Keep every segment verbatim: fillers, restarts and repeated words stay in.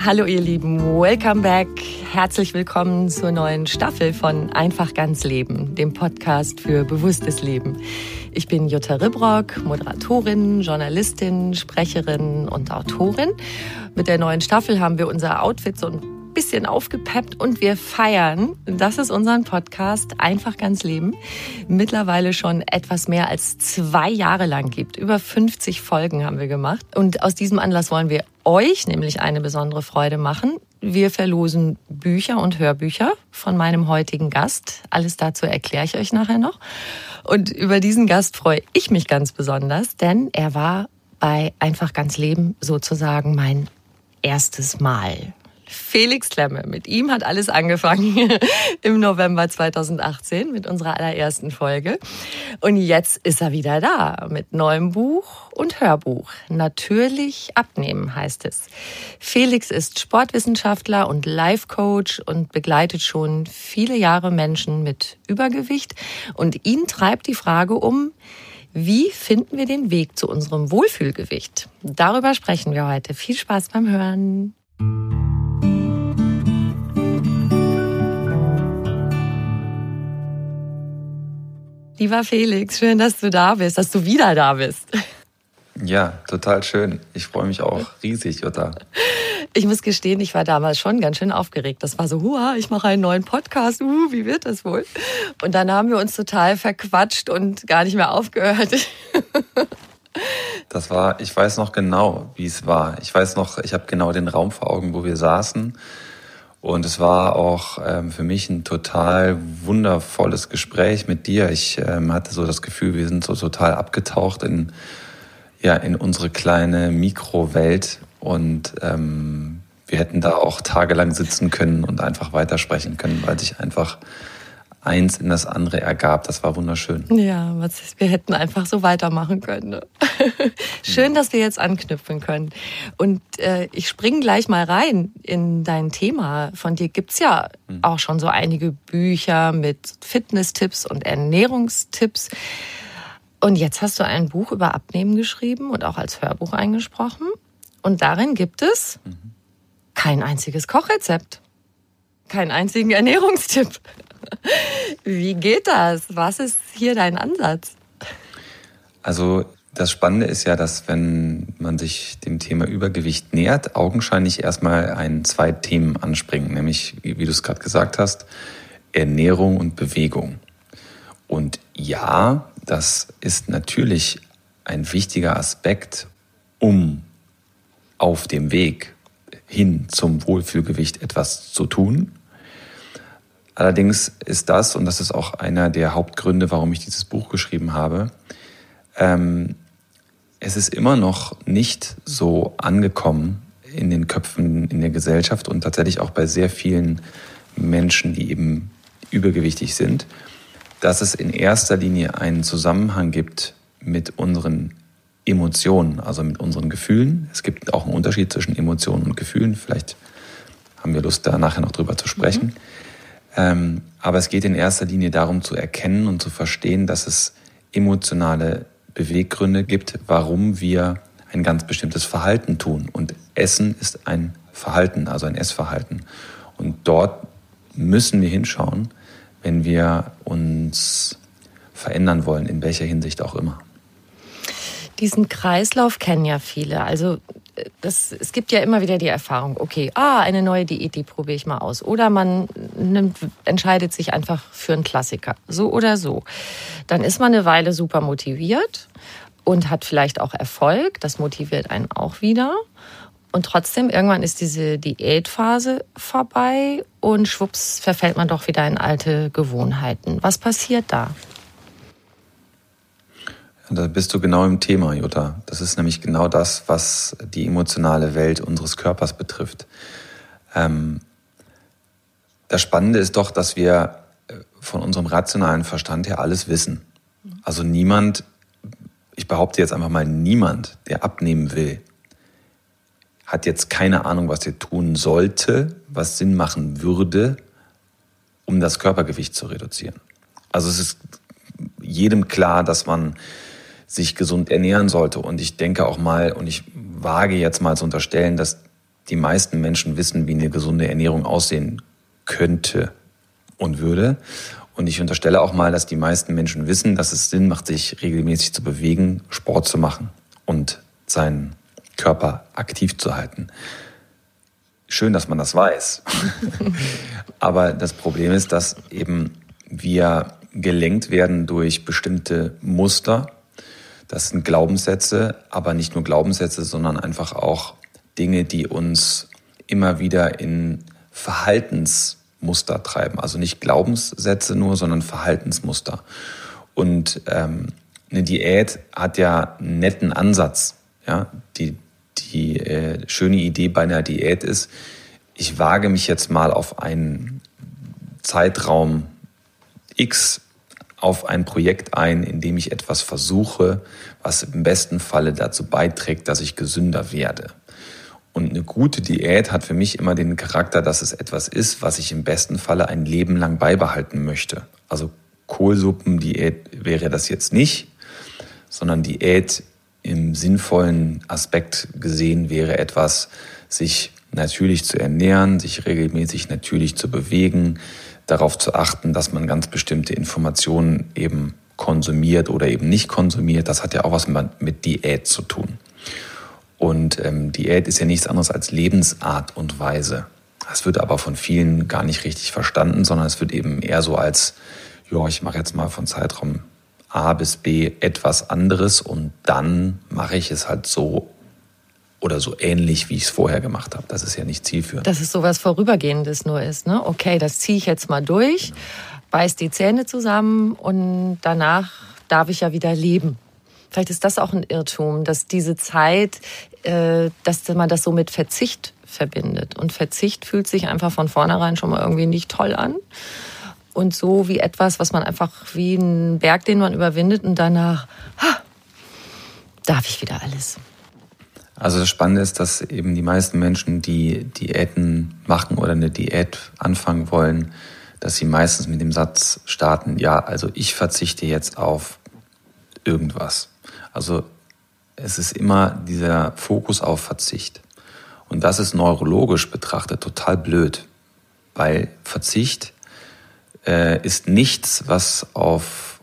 Hallo ihr Lieben, welcome back. Herzlich willkommen zur neuen Staffel von Einfach ganz Leben, dem Podcast für bewusstes Leben. Ich bin Jutta Ribrock, Moderatorin, Journalistin, Sprecherin und Autorin. Mit der neuen Staffel haben wir unser Outfit so ein bisschen aufgepeppt und wir feiern, dass es unseren Podcast Einfach ganz Leben mittlerweile schon etwas mehr als zwei Jahre lang gibt. Über fünfzig Folgen haben wir gemacht. Und aus diesem Anlass wollen wir euch nämlich eine besondere Freude machen. Wir verlosen Bücher und Hörbücher von meinem heutigen Gast. Alles dazu erkläre ich euch nachher noch. Und über diesen Gast freue ich mich ganz besonders, denn er war bei Einfach ganz Leben sozusagen mein erstes Mal. Felix Klemme, mit ihm hat alles angefangen im November zweitausendachtzehn mit unserer allerersten Folge. Und jetzt ist er wieder da mit neuem Buch und Hörbuch. Natürlich abnehmen heißt es. Felix ist Sportwissenschaftler und Life-Coach und begleitet schon viele Jahre Menschen mit Übergewicht. Und ihn treibt die Frage um, wie finden wir den Weg zu unserem Wohlfühlgewicht? Darüber sprechen wir heute. Viel Spaß beim Hören. Lieber Felix, schön, dass du da bist, dass du wieder da bist. Ja, total schön. Ich freue mich auch riesig, Jutta. Ich muss gestehen, ich war damals schon ganz schön aufgeregt. Das war so, hua, ich mache einen neuen Podcast, uh, wie wird das wohl? Und dann haben wir uns total verquatscht und gar nicht mehr aufgehört. Das war, ich weiß noch genau, wie es war. Ich weiß noch, ich habe genau den Raum vor Augen, wo wir saßen. Und es war auch ähm, für mich ein total wundervolles Gespräch mit dir. Ich ähm, hatte so das Gefühl, wir sind so total abgetaucht in, ja, in unsere kleine Mikrowelt. Und ähm, wir hätten da auch tagelang sitzen können und einfach weitersprechen können, weil sich einfach eins in das andere ergab. Das war wunderschön. Ja, wir hätten einfach so weitermachen können. Ne? Schön, dass wir jetzt anknüpfen können. Und äh, ich springe gleich mal rein in dein Thema. Von dir gibt's ja auch schon so einige Bücher mit Fitness-Tipps und Ernährungstipps. Und jetzt hast du ein Buch über Abnehmen geschrieben und auch als Hörbuch eingesprochen. Und darin gibt es kein einziges Kochrezept, keinen einzigen Ernährungstipp. Wie geht das? Was ist hier dein Ansatz? Also das Spannende ist ja, dass wenn man sich dem Thema Übergewicht nähert, augenscheinlich erstmal ein, zwei Themen anspringen, nämlich, wie du es gerade gesagt hast, Ernährung und Bewegung. Und ja, das ist natürlich ein wichtiger Aspekt, um auf dem Weg hin zum Wohlfühlgewicht etwas zu tun. Allerdings ist das, und das ist auch einer der Hauptgründe, warum ich dieses Buch geschrieben habe, ähm, es ist immer noch nicht so angekommen in den Köpfen in der Gesellschaft und tatsächlich auch bei sehr vielen Menschen, die eben übergewichtig sind, dass es in erster Linie einen Zusammenhang gibt mit unseren Emotionen, also mit unseren Gefühlen. Es gibt auch einen Unterschied zwischen Emotionen und Gefühlen. Vielleicht haben wir Lust, da nachher noch drüber zu sprechen. Mhm. Ähm, aber es geht in erster Linie darum zu erkennen und zu verstehen, dass es emotionale Beweggründe gibt, warum wir ein ganz bestimmtes Verhalten tun. Und Essen ist ein Verhalten, also ein Essverhalten. Und dort müssen wir hinschauen, wenn wir uns verändern wollen, in welcher Hinsicht auch immer. Diesen Kreislauf kennen ja viele. Also das, es gibt ja immer wieder die Erfahrung, okay, ah, eine neue Diät, die probiere ich mal aus. Oder man nimmt, entscheidet sich einfach für einen Klassiker, so oder so. Dann ist man eine Weile super motiviert und hat vielleicht auch Erfolg. Das motiviert einen auch wieder. Und trotzdem, irgendwann ist diese Diätphase vorbei und schwupps verfällt man doch wieder in alte Gewohnheiten. Was passiert da? Da bist du genau im Thema, Jutta. Das ist nämlich genau das, was die emotionale Welt unseres Körpers betrifft. Ähm, das Spannende ist doch, dass wir von unserem rationalen Verstand her alles wissen. Also niemand, ich behaupte jetzt einfach mal, niemand, der abnehmen will, hat jetzt keine Ahnung, was er tun sollte, was Sinn machen würde, um das Körpergewicht zu reduzieren. Also es ist jedem klar, dass man sich gesund ernähren sollte. Und ich denke auch mal, und ich wage jetzt mal zu unterstellen, dass die meisten Menschen wissen, wie eine gesunde Ernährung aussehen könnte und würde. Und ich unterstelle auch mal, dass die meisten Menschen wissen, dass es Sinn macht, sich regelmäßig zu bewegen, Sport zu machen und seinen Körper aktiv zu halten. Schön, dass man das weiß. Aber das Problem ist, dass eben wir gelenkt werden durch bestimmte Muster. Das sind Glaubenssätze, aber nicht nur Glaubenssätze, sondern einfach auch Dinge, die uns immer wieder in Verhaltensmuster treiben. Also nicht Glaubenssätze nur, sondern Verhaltensmuster. Und ähm, eine Diät hat ja einen netten Ansatz. Ja? Die, die äh, schöne Idee bei einer Diät ist, ich wage mich jetzt mal auf einen Zeitraum X auf ein Projekt ein, in dem ich etwas versuche, was im besten Falle dazu beiträgt, dass ich gesünder werde. Und eine gute Diät hat für mich immer den Charakter, dass es etwas ist, was ich im besten Falle ein Leben lang beibehalten möchte. Also Kohlsuppendiät wäre das jetzt nicht, sondern Diät im sinnvollen Aspekt gesehen wäre etwas, sich natürlich zu ernähren, sich regelmäßig natürlich zu bewegen, darauf zu achten, dass man ganz bestimmte Informationen eben konsumiert oder eben nicht konsumiert. Das hat ja auch was mit Diät zu tun. Und ähm, Diät ist ja nichts anderes als Lebensart und Weise. Das wird aber von vielen gar nicht richtig verstanden, sondern es wird eben eher so als, ja, ich mache jetzt mal von Zeitraum A bis B etwas anderes und dann mache ich es halt so oder so ähnlich, wie ich es vorher gemacht habe. Das ist ja nicht zielführend. Dass es sowas Vorübergehendes nur ist, ne? Okay, das ziehe ich jetzt mal durch, genau. Beiß die Zähne zusammen und danach darf ich ja wieder leben. Vielleicht ist das auch ein Irrtum, dass diese Zeit, äh, dass man das so mit Verzicht verbindet. Und Verzicht fühlt sich einfach von vornherein schon mal irgendwie nicht toll an. Und so wie etwas, was man einfach wie einen Berg, den man überwindet und danach, ha, darf ich wieder alles. Also das Spannende ist, dass eben die meisten Menschen, die Diäten machen oder eine Diät anfangen wollen, dass sie meistens mit dem Satz starten, ja, also ich verzichte jetzt auf irgendwas. Also es ist immer dieser Fokus auf Verzicht. Und das ist neurologisch betrachtet total blöd, weil Verzicht äh, ist nichts, was auf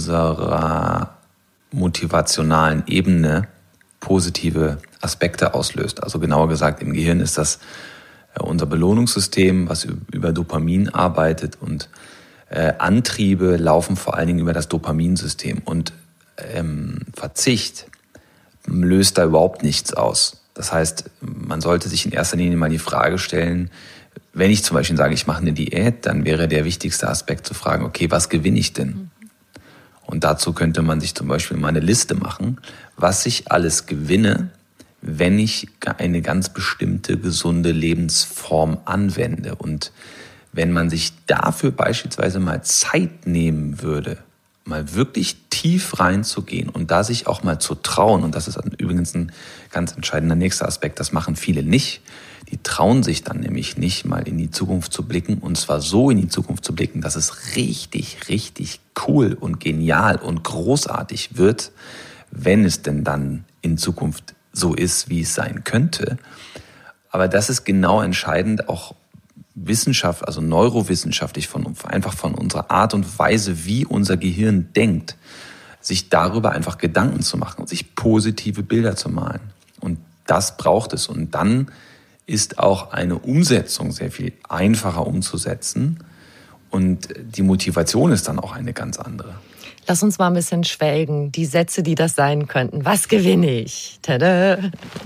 unserer motivationalen Ebene positive Aspekte auslöst. Also genauer gesagt, im Gehirn ist das unser Belohnungssystem, was über Dopamin arbeitet, und äh, Antriebe laufen vor allen Dingen über das Dopaminsystem. Und ähm, Verzicht löst da überhaupt nichts aus. Das heißt, man sollte sich in erster Linie mal die Frage stellen, wenn ich zum Beispiel sage, ich mache eine Diät, dann wäre der wichtigste Aspekt zu fragen, okay, was gewinne ich denn? Und dazu könnte man sich zum Beispiel mal eine Liste machen, was ich alles gewinne, wenn ich eine ganz bestimmte gesunde Lebensform anwende. Und wenn man sich dafür beispielsweise mal Zeit nehmen würde, mal wirklich tief reinzugehen und da sich auch mal zu trauen, und das ist übrigens ein ganz entscheidender nächster Aspekt, das machen viele nicht, die trauen sich dann nämlich nicht, mal in die Zukunft zu blicken, und zwar so in die Zukunft zu blicken, dass es richtig, richtig cool und genial und großartig wird, wenn es denn dann in Zukunft so ist, wie es sein könnte. Aber das ist genau entscheidend, auch Wissenschaft, also neurowissenschaftlich, von, einfach von unserer Art und Weise, wie unser Gehirn denkt, sich darüber einfach Gedanken zu machen und sich positive Bilder zu malen. Und das braucht es. Und dann ist auch eine Umsetzung sehr viel einfacher umzusetzen. Und die Motivation ist dann auch eine ganz andere. Lass uns mal ein bisschen schwelgen. Die Sätze, die das sein könnten. Was gewinne ich? Tada!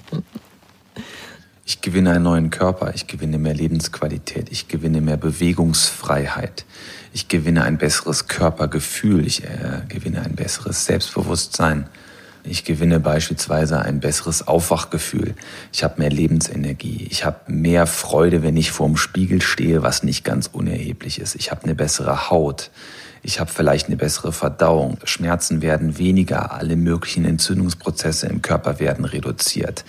Ich gewinne einen neuen Körper. Ich gewinne mehr Lebensqualität. Ich gewinne mehr Bewegungsfreiheit. Ich gewinne ein besseres Körpergefühl. Ich äh, gewinne ein besseres Selbstbewusstsein. Ich gewinne beispielsweise ein besseres Aufwachgefühl. Ich habe mehr Lebensenergie. Ich habe mehr Freude, wenn ich vorm Spiegel stehe, was nicht ganz unerheblich ist. Ich habe eine bessere Haut. Ich habe vielleicht eine bessere Verdauung. Schmerzen werden weniger. Alle möglichen Entzündungsprozesse im Körper werden reduziert.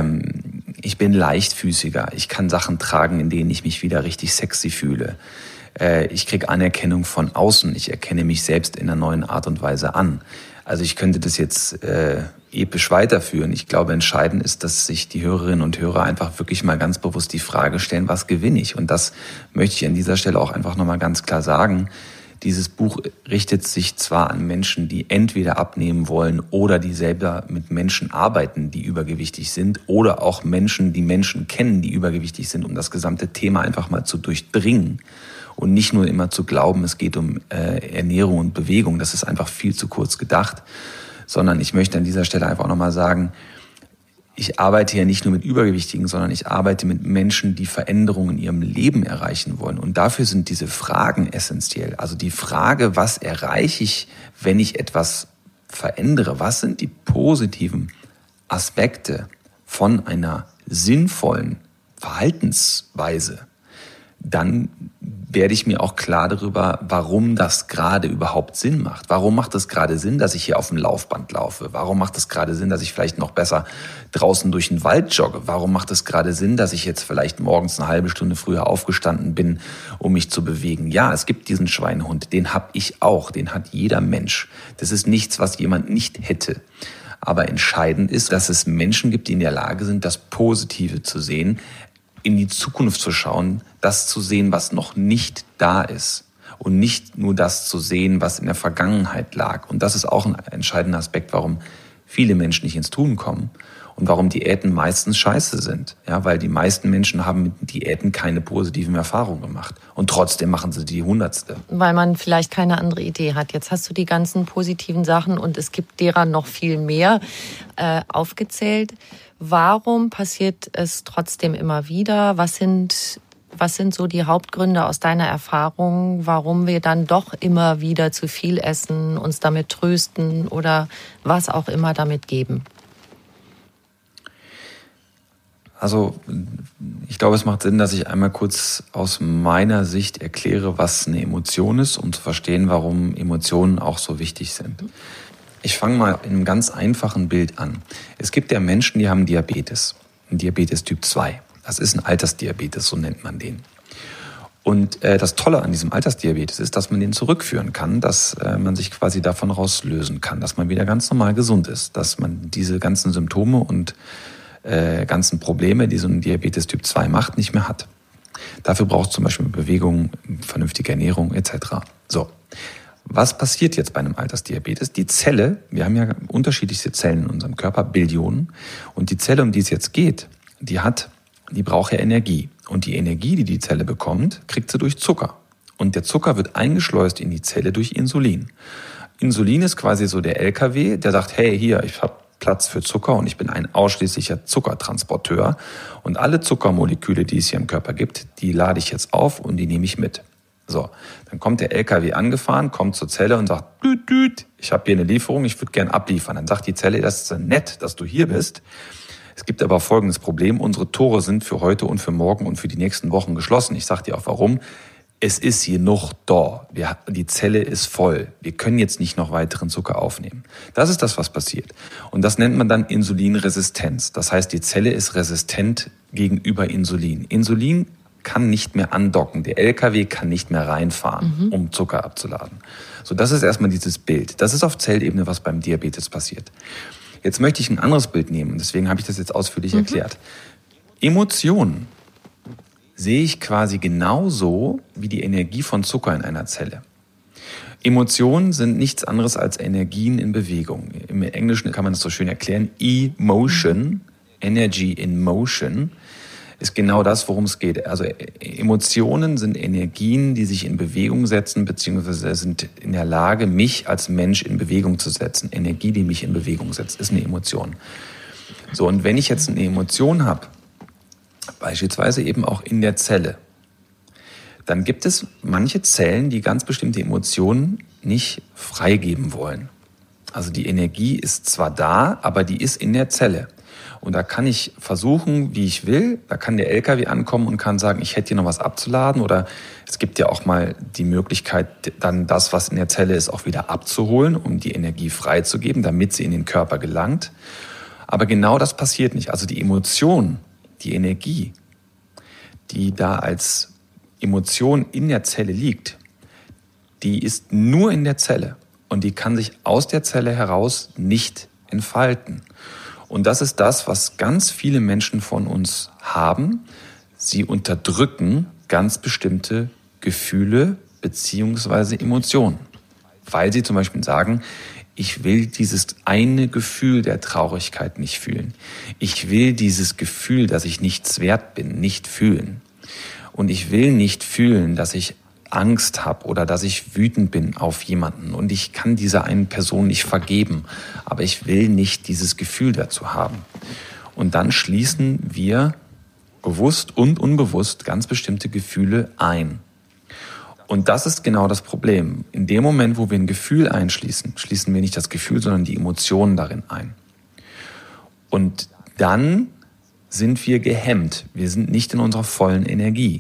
Ähm, ich bin leichtfüßiger. Ich kann Sachen tragen, in denen ich mich wieder richtig sexy fühle. Äh, ich kriege Anerkennung von außen. Ich erkenne mich selbst in einer neuen Art und Weise an. Also ich könnte das jetzt äh, episch weiterführen. Ich glaube, entscheidend ist, dass sich die Hörerinnen und Hörer einfach wirklich mal ganz bewusst die Frage stellen, was gewinne ich? Und das möchte ich an dieser Stelle auch einfach nochmal ganz klar sagen. Dieses Buch richtet sich zwar an Menschen, die entweder abnehmen wollen oder die selber mit Menschen arbeiten, die übergewichtig sind, oder auch Menschen, die Menschen kennen, die übergewichtig sind, um das gesamte Thema einfach mal zu durchdringen und nicht nur immer zu glauben, es geht um äh, Ernährung und Bewegung. Das ist einfach viel zu kurz gedacht, sondern ich möchte an dieser Stelle einfach auch nochmal sagen, ich arbeite ja nicht nur mit Übergewichtigen, sondern ich arbeite mit Menschen, die Veränderungen in ihrem Leben erreichen wollen. Und dafür sind diese Fragen essentiell. Also die Frage, was erreiche ich, wenn ich etwas verändere? Was sind die positiven Aspekte von einer sinnvollen Verhaltensweise? Dann werde ich mir auch klar darüber, warum das gerade überhaupt Sinn macht. Warum macht es gerade Sinn, dass ich hier auf dem Laufband laufe? Warum macht es gerade Sinn, dass ich vielleicht noch besser draußen durch den Wald jogge? Warum macht es gerade Sinn, dass ich jetzt vielleicht morgens eine halbe Stunde früher aufgestanden bin, um mich zu bewegen? Ja, es gibt diesen Schweinehund, den habe ich auch, den hat jeder Mensch. Das ist nichts, was jemand nicht hätte. Aber entscheidend ist, dass es Menschen gibt, die in der Lage sind, das Positive zu sehen, in die Zukunft zu schauen, das zu sehen, was noch nicht da ist und nicht nur das zu sehen, was in der Vergangenheit lag. Und das ist auch ein entscheidender Aspekt, warum viele Menschen nicht ins Tun kommen und warum Diäten meistens scheiße sind. Ja, weil die meisten Menschen haben mit Diäten keine positiven Erfahrungen gemacht und trotzdem machen sie die Hundertste. Weil man vielleicht keine andere Idee hat. Jetzt hast du die ganzen positiven Sachen und es gibt derer noch viel mehr äh, aufgezählt. Warum passiert es trotzdem immer wieder? Was sind, was sind so die Hauptgründe aus deiner Erfahrung, warum wir dann doch immer wieder zu viel essen, uns damit trösten oder was auch immer damit geben? Also ich glaube, es macht Sinn, dass ich einmal kurz aus meiner Sicht erkläre, was eine Emotion ist, um zu verstehen, warum Emotionen auch so wichtig sind. Ich fange mal in einem ganz einfachen Bild an. Es gibt ja Menschen, die haben Diabetes, Diabetes Typ zwei. Das ist ein Altersdiabetes, so nennt man den. Und äh, das Tolle an diesem Altersdiabetes ist, dass man den zurückführen kann, dass äh, man sich quasi davon rauslösen kann, dass man wieder ganz normal gesund ist, dass man diese ganzen Symptome und äh, ganzen Probleme, die so ein Diabetes Typ zwei macht, nicht mehr hat. Dafür braucht es zum Beispiel Bewegung, vernünftige Ernährung et cetera. So. Was passiert jetzt bei einem Altersdiabetes? Die Zelle, wir haben ja unterschiedlichste Zellen in unserem Körper, Billionen, und die Zelle, um die es jetzt geht, die hat, die braucht ja Energie. Und die Energie, die die Zelle bekommt, kriegt sie durch Zucker. Und der Zucker wird eingeschleust in die Zelle durch Insulin. Insulin ist quasi so der L K W, der sagt, hey, hier, ich habe Platz für Zucker und ich bin ein ausschließlicher Zuckertransporteur. Und alle Zuckermoleküle, die es hier im Körper gibt, die lade ich jetzt auf und die nehme ich mit. So, dann kommt der L K W angefahren, kommt zur Zelle und sagt, düt, düt, ich habe hier eine Lieferung, ich würde gern abliefern. Dann sagt die Zelle, das ist nett, dass du hier bist. Es gibt aber folgendes Problem, unsere Tore sind für heute und für morgen und für die nächsten Wochen geschlossen. Ich sage dir auch warum. Es ist hier noch da. Wir, die Zelle ist voll. Wir können jetzt nicht noch weiteren Zucker aufnehmen. Das ist das, was passiert. Und das nennt man dann Insulinresistenz. Das heißt, die Zelle ist resistent gegenüber Insulin. Insulin kann nicht mehr andocken. Der L K W kann nicht mehr reinfahren, mhm. um Zucker abzuladen. So, das ist erstmal dieses Bild. Das ist auf Zellebene, was beim Diabetes passiert. Jetzt möchte ich ein anderes Bild nehmen. Deswegen habe ich das jetzt ausführlich mhm. erklärt. Emotionen sehe ich quasi genauso wie die Energie von Zucker in einer Zelle. Emotionen sind nichts anderes als Energien in Bewegung. Im Englischen kann man das so schön erklären. Emotion, Energy in Motion, ist genau das, worum es geht. Also Emotionen sind Energien, die sich in Bewegung setzen, beziehungsweise sind in der Lage, mich als Mensch in Bewegung zu setzen. Energie, die mich in Bewegung setzt, ist eine Emotion. So, und wenn ich jetzt eine Emotion habe, beispielsweise eben auch in der Zelle, dann gibt es manche Zellen, die ganz bestimmte Emotionen nicht freigeben wollen. Also die Energie ist zwar da, aber die ist in der Zelle. Und da kann ich versuchen, wie ich will. Da kann der L K W ankommen und kann sagen, ich hätte hier noch was abzuladen. Oder es gibt ja auch mal die Möglichkeit, dann das, was in der Zelle ist, auch wieder abzuholen, um die Energie freizugeben, damit sie in den Körper gelangt. Aber genau das passiert nicht. Also die Emotion, die Energie, die da als Emotion in der Zelle liegt, die ist nur in der Zelle und die kann sich aus der Zelle heraus nicht entfalten. Und das ist das, was ganz viele Menschen von uns haben. Sie unterdrücken ganz bestimmte Gefühle bzw. Emotionen, weil sie zum Beispiel sagen, ich will dieses eine Gefühl der Traurigkeit nicht fühlen. Ich will dieses Gefühl, dass ich nichts wert bin, nicht fühlen. Und ich will nicht fühlen, dass ich Angst habe oder dass ich wütend bin auf jemanden. Und ich kann dieser einen Person nicht vergeben. Aber ich will nicht dieses Gefühl dazu haben. Und dann schließen wir bewusst und unbewusst ganz bestimmte Gefühle ein. Und das ist genau das Problem. In dem Moment, wo wir ein Gefühl einschließen, schließen wir nicht das Gefühl, sondern die Emotionen darin ein. Und dann sind wir gehemmt. Wir sind nicht in unserer vollen Energie.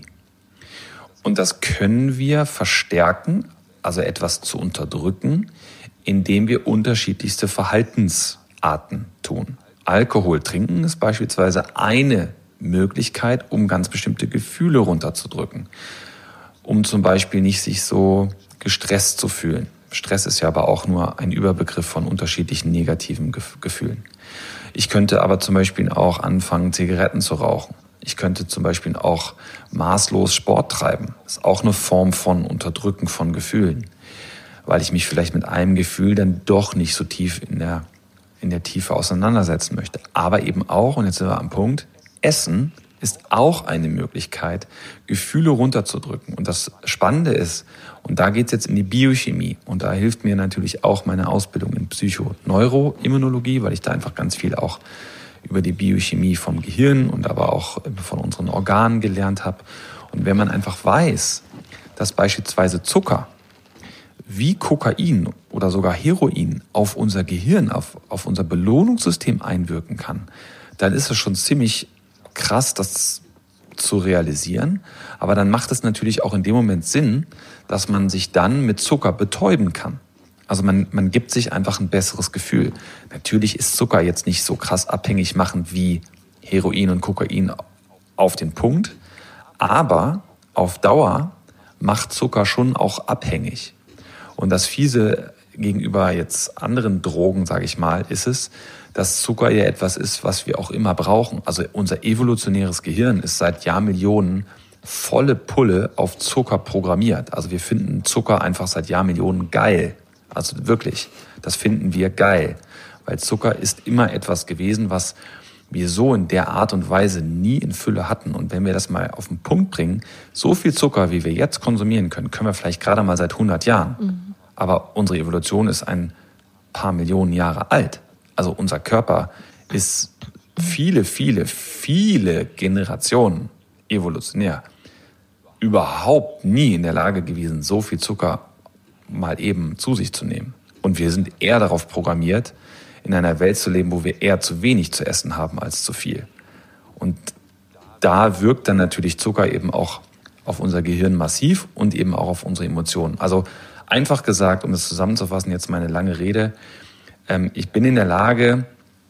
Und das können wir verstärken, also etwas zu unterdrücken, indem wir unterschiedlichste Verhaltensarten tun. Alkohol trinken ist beispielsweise eine Möglichkeit, um ganz bestimmte Gefühle runterzudrücken. Um zum Beispiel nicht sich so gestresst zu fühlen. Stress ist ja aber auch nur ein Überbegriff von unterschiedlichen negativen Gefühlen. Ich könnte aber zum Beispiel auch anfangen, Zigaretten zu rauchen. Ich könnte zum Beispiel auch maßlos Sport treiben. Das ist auch eine Form von Unterdrücken von Gefühlen, weil ich mich vielleicht mit einem Gefühl dann doch nicht so tief in der, in der Tiefe auseinandersetzen möchte. Aber eben auch, und jetzt sind wir am Punkt, Essen ist auch eine Möglichkeit, Gefühle runterzudrücken. Und das Spannende ist, und da geht es jetzt in die Biochemie, und da hilft mir natürlich auch meine Ausbildung in Psychoneuroimmunologie, weil ich da einfach ganz viel auch über die Biochemie vom Gehirn und aber auch von unseren Organen gelernt habe. Und wenn man einfach weiß, dass beispielsweise Zucker wie Kokain oder sogar Heroin auf unser Gehirn, auf, auf unser Belohnungssystem einwirken kann, dann ist es schon ziemlich krass, das zu realisieren. Aber dann macht es natürlich auch in dem Moment Sinn, dass man sich dann mit Zucker betäuben kann. Also man, man gibt sich einfach ein besseres Gefühl. Natürlich ist Zucker jetzt nicht so krass abhängig machend wie Heroin und Kokain auf den Punkt. Aber auf Dauer macht Zucker schon auch abhängig. Und das Fiese gegenüber jetzt anderen Drogen, sage ich mal, ist es, dass Zucker ja etwas ist, was wir auch immer brauchen. Also unser evolutionäres Gehirn ist seit Jahrmillionen volle Pulle auf Zucker programmiert. Also wir finden Zucker einfach seit Jahrmillionen geil. Also wirklich, das finden wir geil. Weil Zucker ist immer etwas gewesen, was wir so in der Art und Weise nie in Fülle hatten. Und wenn wir das mal auf den Punkt bringen, so viel Zucker, wie wir jetzt konsumieren können, können wir vielleicht gerade mal seit hundert Jahren. Mhm. Aber unsere Evolution ist ein paar Millionen Jahre alt. Also unser Körper ist viele, viele, viele Generationen evolutionär überhaupt nie in der Lage gewesen, so viel Zucker mal eben zu sich zu nehmen. Und wir sind eher darauf programmiert, in einer Welt zu leben, wo wir eher zu wenig zu essen haben als zu viel. Und da wirkt dann natürlich Zucker eben auch auf unser Gehirn massiv und eben auch auf unsere Emotionen. Also einfach gesagt, um es zusammenzufassen, jetzt meine lange Rede, ich bin in der Lage,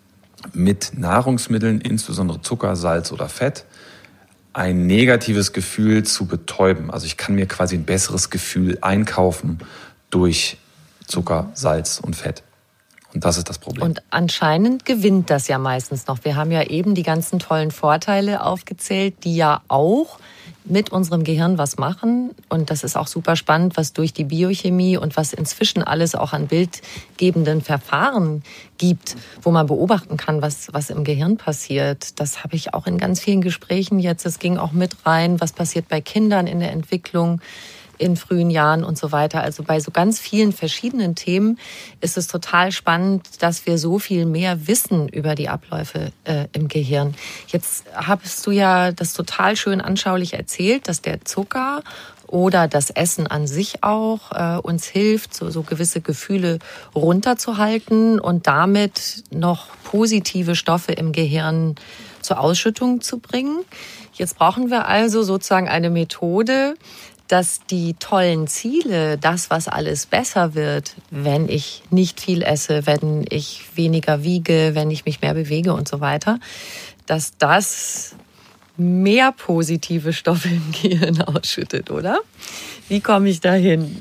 mit Nahrungsmitteln, insbesondere Zucker, Salz oder Fett, ein negatives Gefühl zu betäuben. Also ich kann mir quasi ein besseres Gefühl einkaufen durch Zucker, Salz und Fett. Und das ist das Problem. Und anscheinend gewinnt das ja meistens noch. Wir haben ja eben die ganzen tollen Vorteile aufgezählt, die ja auch mit unserem Gehirn was machen. Und das ist auch super spannend, was durch die Biochemie und was inzwischen alles auch an bildgebenden Verfahren gibt, wo man beobachten kann, was, was im Gehirn passiert. Das habe ich auch in ganz vielen Gesprächen jetzt. Es ging auch mit rein, was passiert bei Kindern in der Entwicklung in frühen Jahren und so weiter. Also bei so ganz vielen verschiedenen Themen ist es total spannend, dass wir so viel mehr wissen über die Abläufe äh, im Gehirn. Jetzt hast du ja das total schön anschaulich erzählt, dass der Zucker oder das Essen an sich auch äh, uns hilft, so, so gewisse Gefühle runterzuhalten und damit noch positive Stoffe im Gehirn zur Ausschüttung zu bringen. Jetzt brauchen wir also sozusagen eine Methode, dass die tollen Ziele, das, was alles besser wird, wenn ich nicht viel esse, wenn ich weniger wiege, wenn ich mich mehr bewege und so weiter, dass das mehr positive Stoffe im Gehirn ausschüttet, oder? Wie komme ich da hin?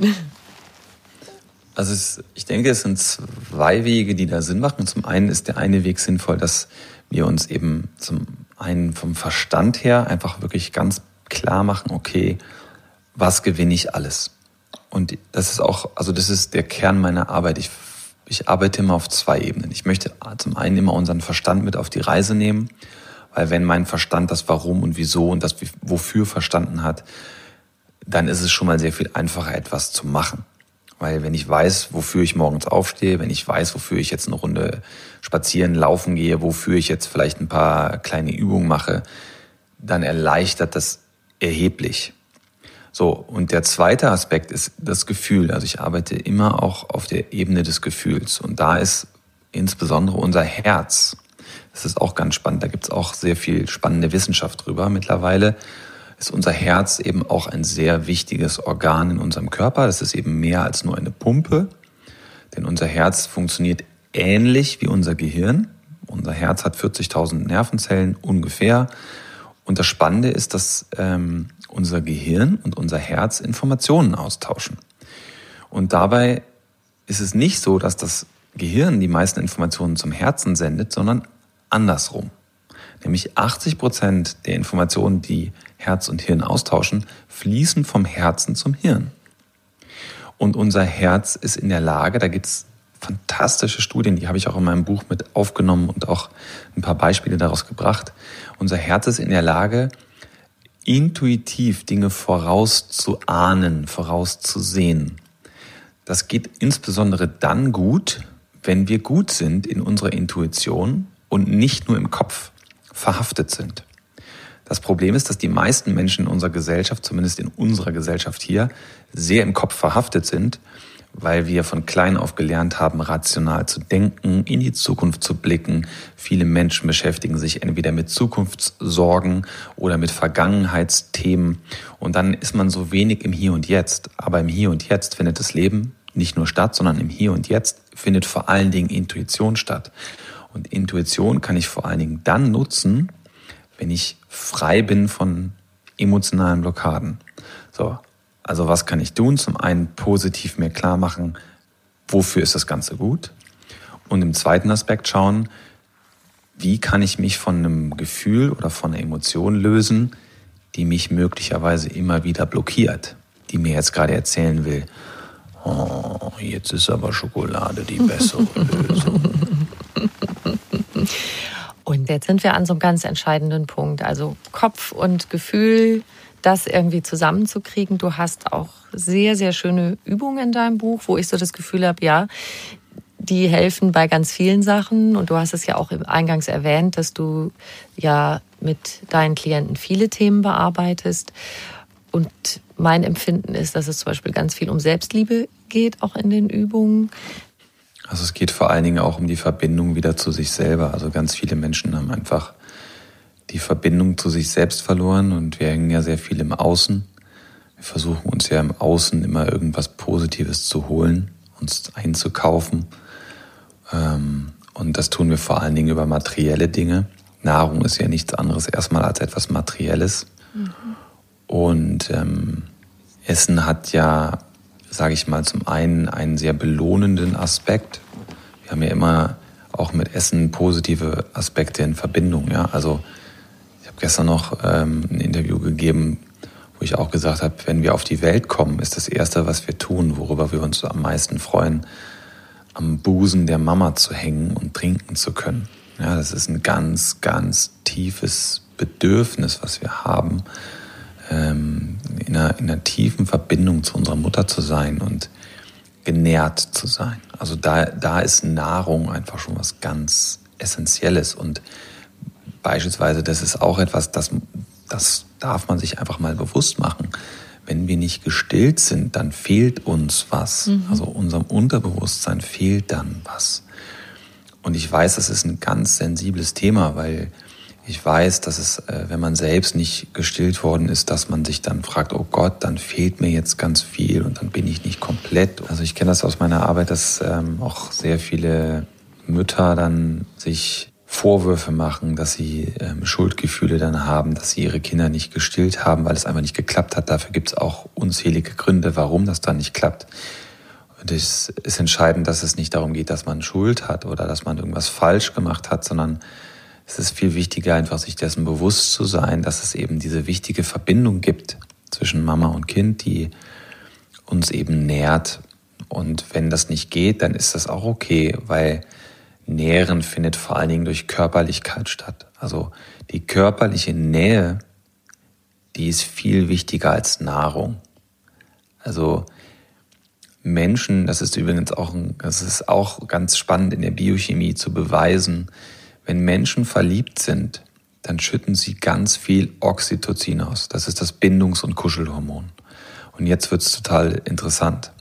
Also es, ich denke, es sind zwei Wege, die da Sinn machen. Zum einen ist der eine Weg sinnvoll, dass wir uns eben zum einen vom Verstand her einfach wirklich ganz klar machen, okay, was gewinne ich alles? Und das ist auch, also das ist der Kern meiner Arbeit. Ich, ich arbeite immer auf zwei Ebenen. Ich möchte zum einen immer unseren Verstand mit auf die Reise nehmen, weil wenn mein Verstand das Warum und Wieso und das Wofür verstanden hat, dann ist es schon mal sehr viel einfacher, etwas zu machen. Weil wenn ich weiß, wofür ich morgens aufstehe, wenn ich weiß, wofür ich jetzt eine Runde spazieren, laufen gehe, wofür ich jetzt vielleicht ein paar kleine Übungen mache, dann erleichtert das erheblich. So, und der zweite Aspekt ist das Gefühl. Also ich arbeite immer auch auf der Ebene des Gefühls. Und da ist insbesondere unser Herz. Das ist auch ganz spannend. Da gibt es auch sehr viel spannende Wissenschaft drüber. Mittlerweile ist unser Herz eben auch ein sehr wichtiges Organ in unserem Körper. Das ist eben mehr als nur eine Pumpe. Denn unser Herz funktioniert ähnlich wie unser Gehirn. Unser Herz hat vierzigtausend Nervenzellen ungefähr. Und das Spannende ist, dass ähm, unser Gehirn und unser Herz Informationen austauschen. Und dabei ist es nicht so, dass das Gehirn die meisten Informationen zum Herzen sendet, sondern andersrum. Nämlich achtzig Prozent der Informationen, die Herz und Hirn austauschen, fließen vom Herzen zum Hirn. Und unser Herz ist in der Lage, da gibt es fantastische Studien, die habe ich auch in meinem Buch mit aufgenommen und auch ein paar Beispiele daraus gebracht. Unser Herz ist in der Lage, intuitiv Dinge vorauszuahnen, vorauszusehen. Das geht insbesondere dann gut, wenn wir gut sind in unserer Intuition und nicht nur im Kopf verhaftet sind. Das Problem ist, dass die meisten Menschen in unserer Gesellschaft, zumindest in unserer Gesellschaft hier, sehr im Kopf verhaftet sind, weil wir von klein auf gelernt haben, rational zu denken, in die Zukunft zu blicken. Viele Menschen beschäftigen sich entweder mit Zukunftssorgen oder mit Vergangenheitsthemen. Und dann ist man so wenig im Hier und Jetzt. Aber im Hier und Jetzt findet das Leben nicht nur statt, sondern im Hier und Jetzt findet vor allen Dingen Intuition statt. Und Intuition kann ich vor allen Dingen dann nutzen, wenn ich frei bin von emotionalen Blockaden. So. Also was kann ich tun? Zum einen positiv mir klar machen, wofür ist das Ganze gut? Und im zweiten Aspekt schauen, wie kann ich mich von einem Gefühl oder von einer Emotion lösen, die mich möglicherweise immer wieder blockiert, die mir jetzt gerade erzählen will, oh, jetzt ist aber Schokolade die bessere Lösung. Und jetzt sind wir an so einem ganz entscheidenden Punkt. Also Kopf und Gefühl, das irgendwie zusammenzukriegen. Du hast auch sehr, sehr schöne Übungen in deinem Buch, wo ich so das Gefühl habe, ja, die helfen bei ganz vielen Sachen. Und du hast es ja auch eingangs erwähnt, dass du ja mit deinen Klienten viele Themen bearbeitest. Und mein Empfinden ist, dass es zum Beispiel ganz viel um Selbstliebe geht, auch in den Übungen. Also es geht vor allen Dingen auch um die Verbindung wieder zu sich selber. Also ganz viele Menschen haben einfach die Verbindung zu sich selbst verloren und wir hängen ja sehr viel im Außen. Wir versuchen uns ja im Außen immer irgendwas Positives zu holen, uns einzukaufen. Und das tun wir vor allen Dingen über materielle Dinge. Nahrung ist ja nichts anderes erstmal als etwas Materielles. Mhm. Und ähm, Essen hat ja, sage ich mal, zum einen einen sehr belohnenden Aspekt. Wir haben ja immer auch mit Essen positive Aspekte in Verbindung. Ja? Also ich habe gestern noch ähm, ein Interview gegeben, wo ich auch gesagt habe, wenn wir auf die Welt kommen, ist das Erste, was wir tun, worüber wir uns am meisten freuen, am Busen der Mama zu hängen und trinken zu können. Ja, das ist ein ganz, ganz tiefes Bedürfnis, was wir haben, ähm, in einer, in einer tiefen Verbindung zu unserer Mutter zu sein und genährt zu sein. Also da, da ist Nahrung einfach schon was ganz Essentielles. Und beispielsweise, das ist auch etwas, das, das darf man sich einfach mal bewusst machen. Wenn wir nicht gestillt sind, dann fehlt uns was. Mhm. Also unserem Unterbewusstsein fehlt dann was. Und ich weiß, das ist ein ganz sensibles Thema, weil ich weiß, dass es, wenn man selbst nicht gestillt worden ist, dass man sich dann fragt, oh Gott, dann fehlt mir jetzt ganz viel und dann bin ich nicht komplett. Also ich kenne das aus meiner Arbeit, dass ähm, auch sehr viele Mütter dann sich Vorwürfe machen, dass sie ähm, Schuldgefühle dann haben, dass sie ihre Kinder nicht gestillt haben, weil es einfach nicht geklappt hat. Dafür gibt es auch unzählige Gründe, warum das dann nicht klappt. Und es ist entscheidend, dass es nicht darum geht, dass man Schuld hat oder dass man irgendwas falsch gemacht hat, sondern es ist viel wichtiger, einfach sich dessen bewusst zu sein, dass es eben diese wichtige Verbindung gibt zwischen Mama und Kind, die uns eben nährt. Und wenn das nicht geht, dann ist das auch okay, weil Nähren findet vor allen Dingen durch Körperlichkeit statt. Also die körperliche Nähe, die ist viel wichtiger als Nahrung. Also Menschen, das ist übrigens auch, ein, das ist auch ganz spannend in der Biochemie zu beweisen, wenn Menschen verliebt sind, dann schütten sie ganz viel Oxytocin aus. Das ist das Bindungs- und Kuschelhormon. Und jetzt wird es total interessant.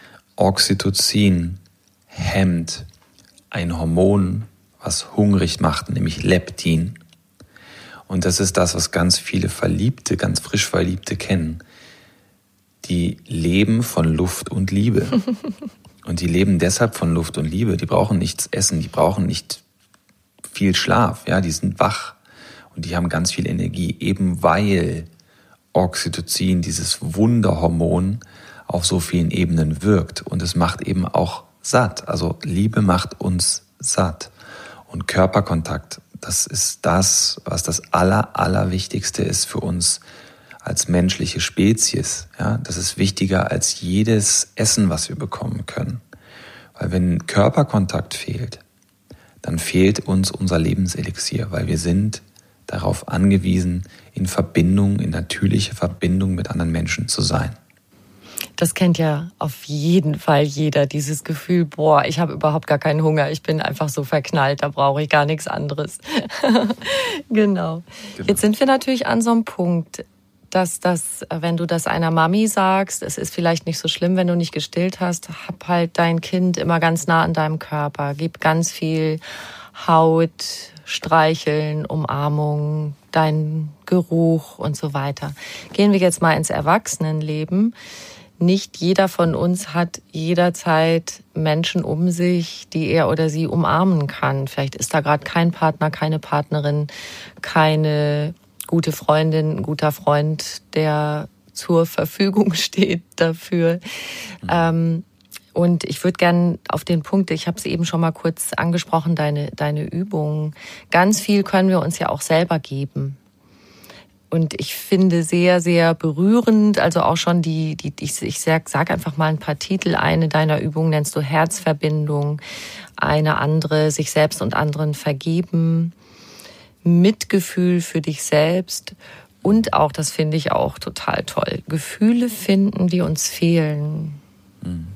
Oxytocin hemmt ein Hormon, was hungrig macht, nämlich Leptin. Und das ist das, was ganz viele Verliebte, ganz frisch Verliebte kennen. Die leben von Luft und Liebe. Und die leben deshalb von Luft und Liebe. Die brauchen nichts essen, die brauchen nicht viel Schlaf. Ja, die sind wach und die haben ganz viel Energie, eben weil Oxytocin, dieses Wunderhormon, auf so vielen Ebenen wirkt. Und es macht eben auch satt. Also Liebe macht uns satt. Und Körperkontakt, das ist das, was das Aller, Allerwichtigste ist für uns als menschliche Spezies. Ja, das ist wichtiger als jedes Essen, was wir bekommen können. Weil wenn Körperkontakt fehlt, dann fehlt uns unser Lebenselixier, weil wir sind darauf angewiesen, in Verbindung, in natürliche Verbindung mit anderen Menschen zu sein. Das kennt ja auf jeden Fall jeder, dieses Gefühl, boah, ich habe überhaupt gar keinen Hunger, ich bin einfach so verknallt, da brauche ich gar nichts anderes. genau. genau. Jetzt sind wir natürlich an so einem Punkt, dass das, wenn du das einer Mami sagst, es ist vielleicht nicht so schlimm, wenn du nicht gestillt hast, hab halt dein Kind immer ganz nah an deinem Körper, gib ganz viel Haut, Streicheln, Umarmung, deinen Geruch und so weiter. Gehen wir jetzt mal ins Erwachsenenleben. Nicht jeder von uns hat jederzeit Menschen um sich, die er oder sie umarmen kann. Vielleicht ist da gerade kein Partner, keine Partnerin, keine gute Freundin, ein guter Freund, der zur Verfügung steht dafür. Mhm. Ähm, und ich würde gerne auf den Punkt, ich habe es eben schon mal kurz angesprochen, deine, deine Übungen. Ganz viel können wir uns ja auch selber geben. Und ich finde sehr, sehr berührend, also auch schon die, die ich, ich sag, sag einfach mal ein paar Titel. Eine deiner Übungen nennst du Herzverbindung, eine andere sich selbst und anderen vergeben, Mitgefühl für dich selbst und auch, das finde ich auch total toll, Gefühle finden, die uns fehlen. Mhm.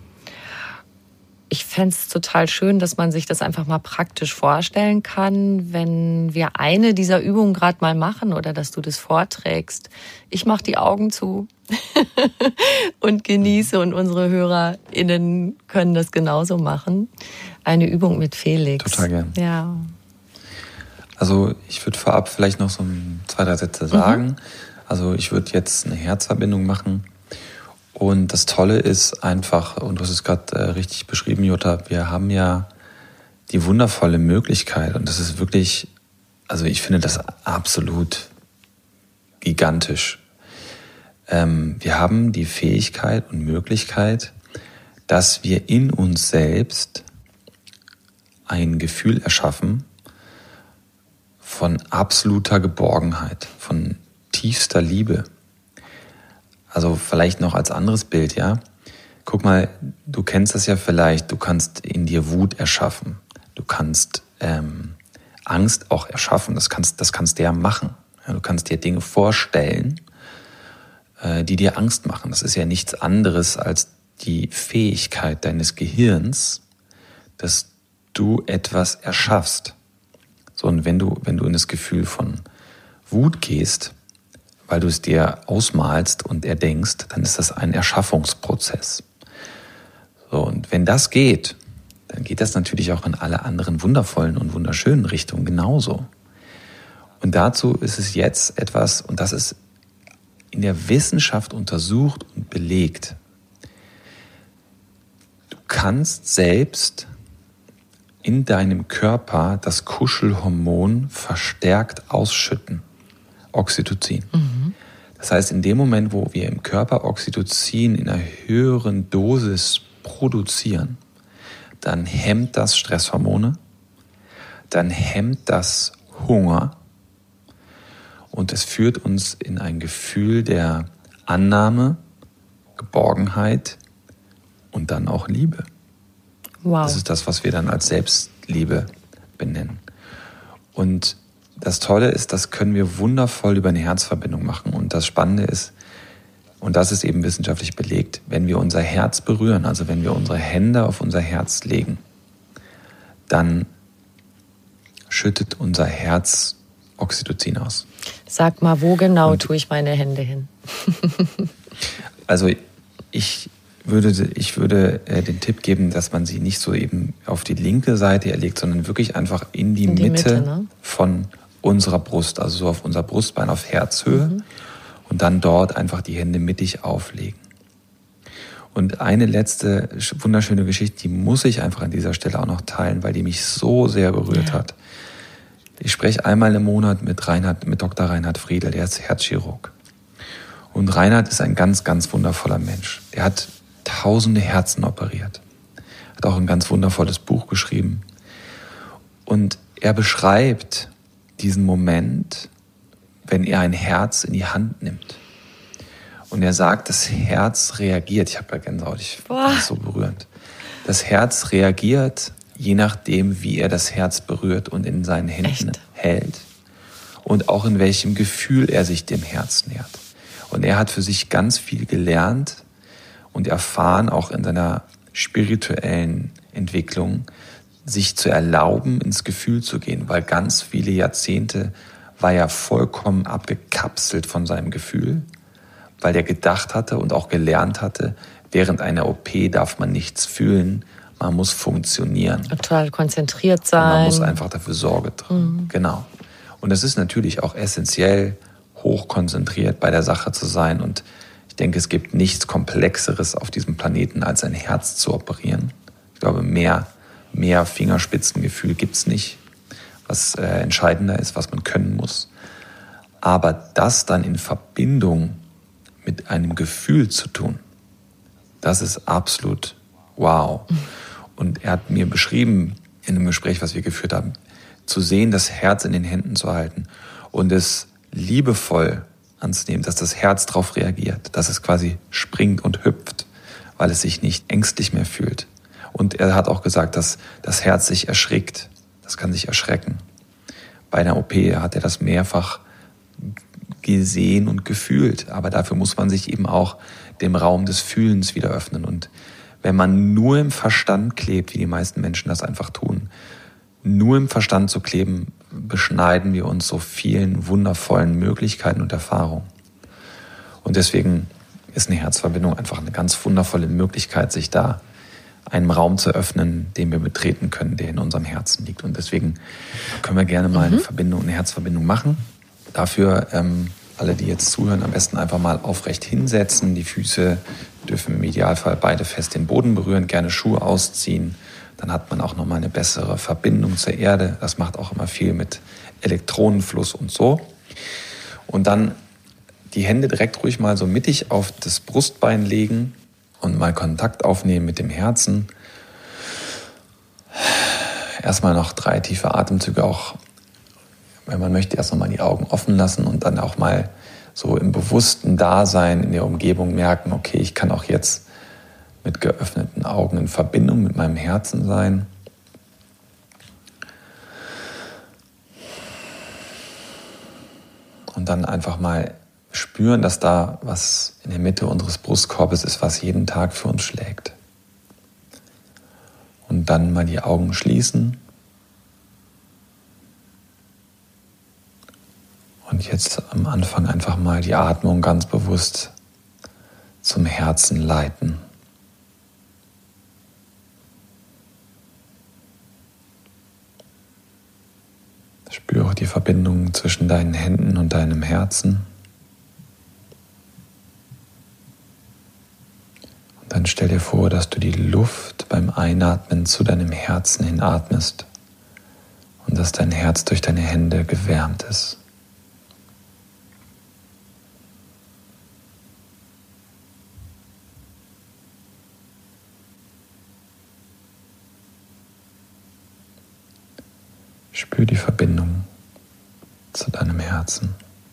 Ich fände es total schön, dass man sich das einfach mal praktisch vorstellen kann, wenn wir eine dieser Übungen gerade mal machen oder dass du das vorträgst. Ich mache die Augen zu und genieße und unsere HörerInnen können das genauso machen. Eine Übung mit Felix. Total gern. Ja. Also ich würde vorab vielleicht noch so zwei, drei Sätze sagen. Mhm. Also ich würde jetzt eine Herzverbindung machen. Und das Tolle ist einfach, und du hast es gerade äh, richtig beschrieben, Jutta, wir haben ja die wundervolle Möglichkeit, und das ist wirklich, also ich finde das absolut gigantisch. Ähm, wir haben die Fähigkeit und Möglichkeit, dass wir in uns selbst ein Gefühl erschaffen von absoluter Geborgenheit, von tiefster Liebe. Also vielleicht noch als anderes Bild, ja. Guck mal, du kennst das ja vielleicht, du kannst in dir Wut erschaffen. Du kannst ähm, Angst auch erschaffen, das kannst, das kannst du ja machen. Ja, du kannst dir Dinge vorstellen, äh, die dir Angst machen. Das ist ja nichts anderes als die Fähigkeit deines Gehirns, dass du etwas erschaffst. So, und wenn du, wenn du in das Gefühl von Wut gehst, weil du es dir ausmalst und erdenkst, dann ist das ein Erschaffungsprozess. So, und wenn das geht, dann geht das natürlich auch in alle anderen wundervollen und wunderschönen Richtungen genauso. Und dazu ist es jetzt etwas, und das ist in der Wissenschaft untersucht und belegt. Du kannst selbst in deinem Körper das Kuschelhormon verstärkt ausschütten, Oxytocin. Mhm. Das heißt, in dem Moment, wo wir im Körper Oxytocin in einer höheren Dosis produzieren, dann hemmt das Stresshormone, dann hemmt das Hunger und es führt uns in ein Gefühl der Annahme, Geborgenheit und dann auch Liebe. Wow. Das ist das, was wir dann als Selbstliebe benennen. Und das Tolle ist, das können wir wundervoll über eine Herzverbindung machen. Und das Spannende ist, und das ist eben wissenschaftlich belegt, wenn wir unser Herz berühren, also wenn wir unsere Hände auf unser Herz legen, dann schüttet unser Herz Oxytocin aus. Sag mal, wo genau und, tue ich meine Hände hin? Also ich würde, ich würde äh, den Tipp geben, dass man sie nicht so eben auf die linke Seite legt, sondern wirklich einfach in die, in die Mitte, Mitte ne? von unserer Brust, also so auf unser Brustbein auf Herzhöhe mhm. und dann dort einfach die Hände mittig auflegen. Und eine letzte wunderschöne Geschichte, die muss ich einfach an dieser Stelle auch noch teilen, weil die mich so sehr berührt ja. hat. Ich spreche einmal im Monat mit Reinhard, mit Doktor Reinhard Friedl, der ist Herzchirurg. Und Reinhard ist ein ganz, ganz wundervoller Mensch. Der hat tausende Herzen operiert. Hat auch ein ganz wundervolles Buch geschrieben. Und er beschreibt diesen Moment, wenn er ein Herz in die Hand nimmt. Und er sagt, das Herz reagiert. Ich habe ja Gänsehaut, ich finde das so berührend. Das Herz reagiert, je nachdem, wie er das Herz berührt und in seinen Händen Echt? hält. Und auch in welchem Gefühl er sich dem Herz nähert. Und er hat für sich ganz viel gelernt und erfahren, auch in seiner spirituellen Entwicklung, sich zu erlauben, ins Gefühl zu gehen. Weil ganz viele Jahrzehnte war er vollkommen abgekapselt von seinem Gefühl, weil er gedacht hatte und auch gelernt hatte, während einer O P darf man nichts fühlen, man muss funktionieren. Total konzentriert sein. Und man muss einfach dafür Sorge tragen. Mhm. Genau. Und es ist natürlich auch essentiell, hochkonzentriert bei der Sache zu sein. Und ich denke, es gibt nichts Komplexeres auf diesem Planeten, als ein Herz zu operieren. Ich glaube, mehr, mehr Fingerspitzengefühl gibt es nicht, was äh, entscheidender ist, was man können muss. Aber das dann in Verbindung mit einem Gefühl zu tun, das ist absolut wow. Und er hat mir beschrieben, in einem Gespräch, was wir geführt haben, zu sehen, das Herz in den Händen zu halten und es liebevoll anzunehmen, dass das Herz darauf reagiert, dass es quasi springt und hüpft, weil es sich nicht ängstlich mehr fühlt. Und er hat auch gesagt, dass das Herz sich erschrickt. Das kann sich erschrecken. Bei einer O P hat er das mehrfach gesehen und gefühlt. Aber dafür muss man sich eben auch dem Raum des Fühlens wieder öffnen. Und wenn man nur im Verstand klebt, wie die meisten Menschen das einfach tun, nur im Verstand zu kleben, beschneiden wir uns so vielen wundervollen Möglichkeiten und Erfahrungen. Und deswegen ist eine Herzverbindung einfach eine ganz wundervolle Möglichkeit, sich da einem Raum zu öffnen, den wir betreten können, der in unserem Herzen liegt. Und deswegen können wir gerne mal mhm. eine Verbindung, eine Herzverbindung machen. Dafür ähm, alle, die jetzt zuhören, am besten einfach mal aufrecht hinsetzen. Die Füße dürfen im Idealfall beide fest den Boden berühren, gerne Schuhe ausziehen. Dann hat man auch nochmal eine bessere Verbindung zur Erde. Das macht auch immer viel mit Elektronenfluss und so. Und dann die Hände direkt ruhig mal so mittig auf das Brustbein legen und mal Kontakt aufnehmen mit dem Herzen. Erstmal noch drei tiefe Atemzüge, auch wenn man möchte, erst nochmal die Augen offen lassen und dann auch mal so im bewussten Dasein in der Umgebung merken, okay, ich kann auch jetzt mit geöffneten Augen in Verbindung mit meinem Herzen sein. Und dann einfach mal spüren, dass da was in der Mitte unseres Brustkorbes ist, was jeden Tag für uns schlägt. Und dann mal die Augen schließen. Und jetzt am Anfang einfach mal die Atmung ganz bewusst zum Herzen leiten. Spüre auch die Verbindung zwischen deinen Händen und deinem Herzen. Und dann stell dir vor, dass du die Luft beim Einatmen zu deinem Herzen hinatmest und dass dein Herz durch deine Hände gewärmt ist. Spür die Verbindung zu deinem Herzen.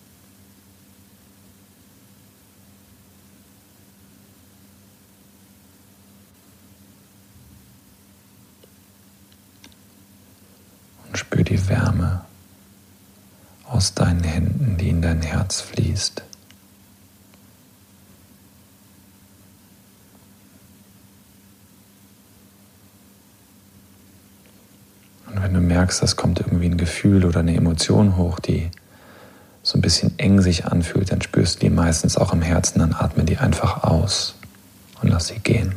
Und spür die Wärme aus deinen Händen, die in dein Herz fließt. Und wenn du merkst, es kommt irgendwie ein Gefühl oder eine Emotion hoch, die so ein bisschen eng sich anfühlt, dann spürst du die meistens auch im Herzen, dann atme die einfach aus und lass sie gehen.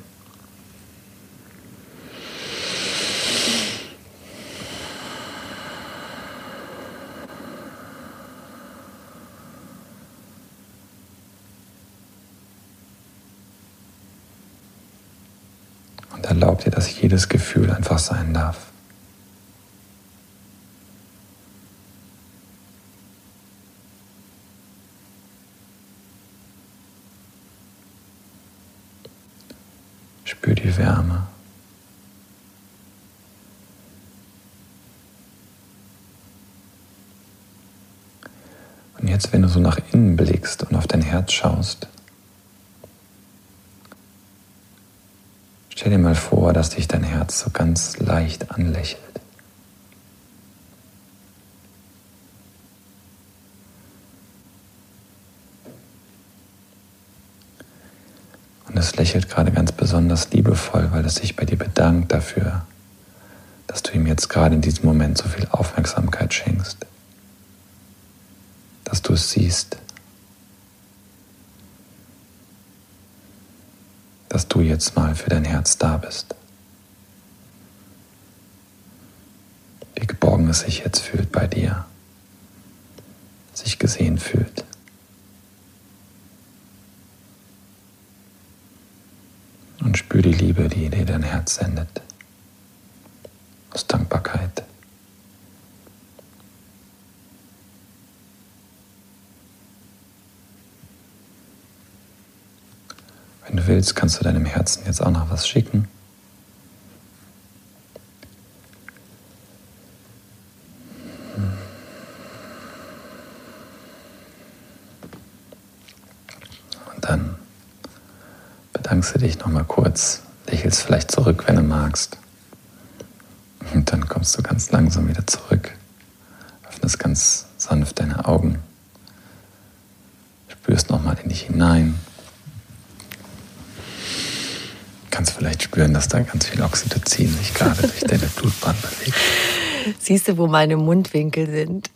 Und erlaub dir, dass jedes Gefühl einfach sein darf. Spür die Wärme. Und jetzt, wenn du so nach innen blickst und auf dein Herz schaust, stell dir mal vor, dass dich dein Herz so ganz leicht anlächelt. Und es lächelt gerade ganz besonders liebevoll, weil es sich bei dir bedankt dafür, dass du ihm jetzt gerade in diesem Moment so viel Aufmerksamkeit schenkst, dass du es siehst, dass du jetzt mal für dein Herz da bist. Wie geborgen es sich jetzt fühlt bei dir, sich gesehen fühlt. Und spür die Liebe, die dir dein Herz sendet, aus Dankbarkeit. Wenn du willst, kannst du deinem Herzen jetzt auch noch was schicken. Und dann bedankst du dich nochmal kurz, lächelst vielleicht zurück, wenn du magst. Und dann kommst du ganz langsam wieder zurück, öffnest ganz sanft deine Augen, spürst nochmal in dich hinein. Kannst vielleicht spüren, dass da ganz viel Oxytocin sich gerade durch deine Blutbahn bewegt. Siehst du, wo meine Mundwinkel sind?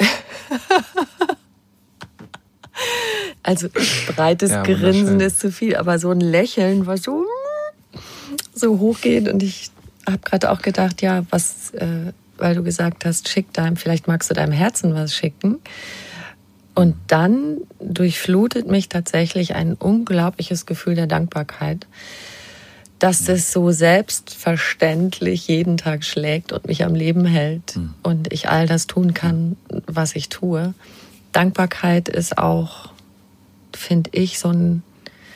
Also breites ja, Grinsen ist zu viel, aber so ein Lächeln, was so, so hoch geht. Und ich habe gerade auch gedacht, ja, was, äh, weil du gesagt hast, schick deinem, vielleicht magst du deinem Herzen was schicken. Und dann durchflutet mich tatsächlich ein unglaubliches Gefühl der Dankbarkeit, dass das so selbstverständlich jeden Tag schlägt und mich am Leben hält mhm. und ich all das tun kann, was ich tue. Dankbarkeit ist auch, finde ich, so ein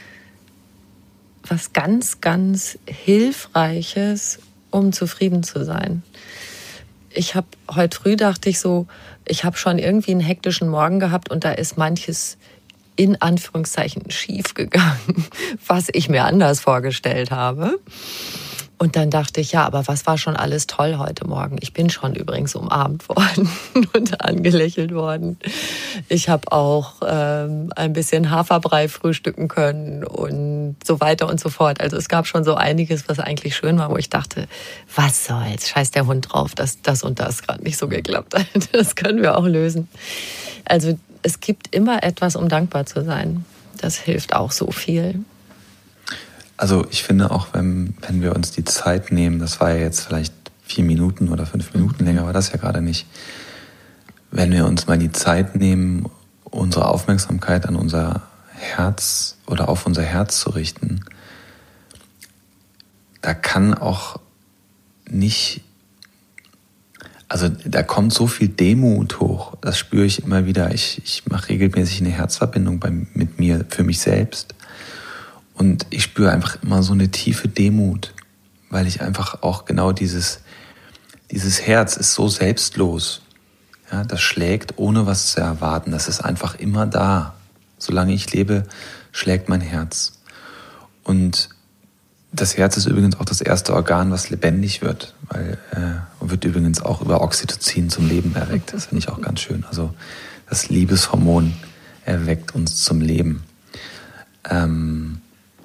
was ganz, ganz Hilfreiches, um zufrieden zu sein. Ich habe heute früh dachte ich so, ich habe schon irgendwie einen hektischen Morgen gehabt und da ist manches in Anführungszeichen schief gegangen, was ich mir anders vorgestellt habe. Und dann dachte ich, ja, aber was war schon alles toll heute Morgen? Ich bin schon übrigens umarmt worden und angelächelt worden. Ich habe auch ähm, ein bisschen Haferbrei frühstücken können und so weiter und so fort. Also es gab schon so einiges, was eigentlich schön war, wo ich dachte, was soll's, scheiß der Hund drauf, dass das und das gerade nicht so geklappt hat. Das können wir auch lösen. Also es gibt immer etwas, um dankbar zu sein. Das hilft auch so viel. Also ich finde auch, wenn, wenn wir uns die Zeit nehmen, das war ja jetzt vielleicht vier Minuten oder fünf Minuten länger, war das ja gerade nicht. Wenn wir uns mal die Zeit nehmen, unsere Aufmerksamkeit an unser Herz oder auf unser Herz zu richten, da kann auch nicht, also da kommt so viel Demut hoch, das spüre ich immer wieder. Ich, ich mache regelmäßig eine Herzverbindung bei, mit mir, für mich selbst. Und ich spüre einfach immer so eine tiefe Demut, weil ich einfach auch genau dieses, dieses Herz ist so selbstlos. Ja, das schlägt, ohne was zu erwarten. Das ist einfach immer da. Solange ich lebe, schlägt mein Herz. Und das Herz ist übrigens auch das erste Organ, was lebendig wird, weil äh, wird übrigens auch über Oxytocin zum Leben erweckt. Das finde ich auch ganz schön. Also das Liebeshormon erweckt uns zum Leben. Ähm,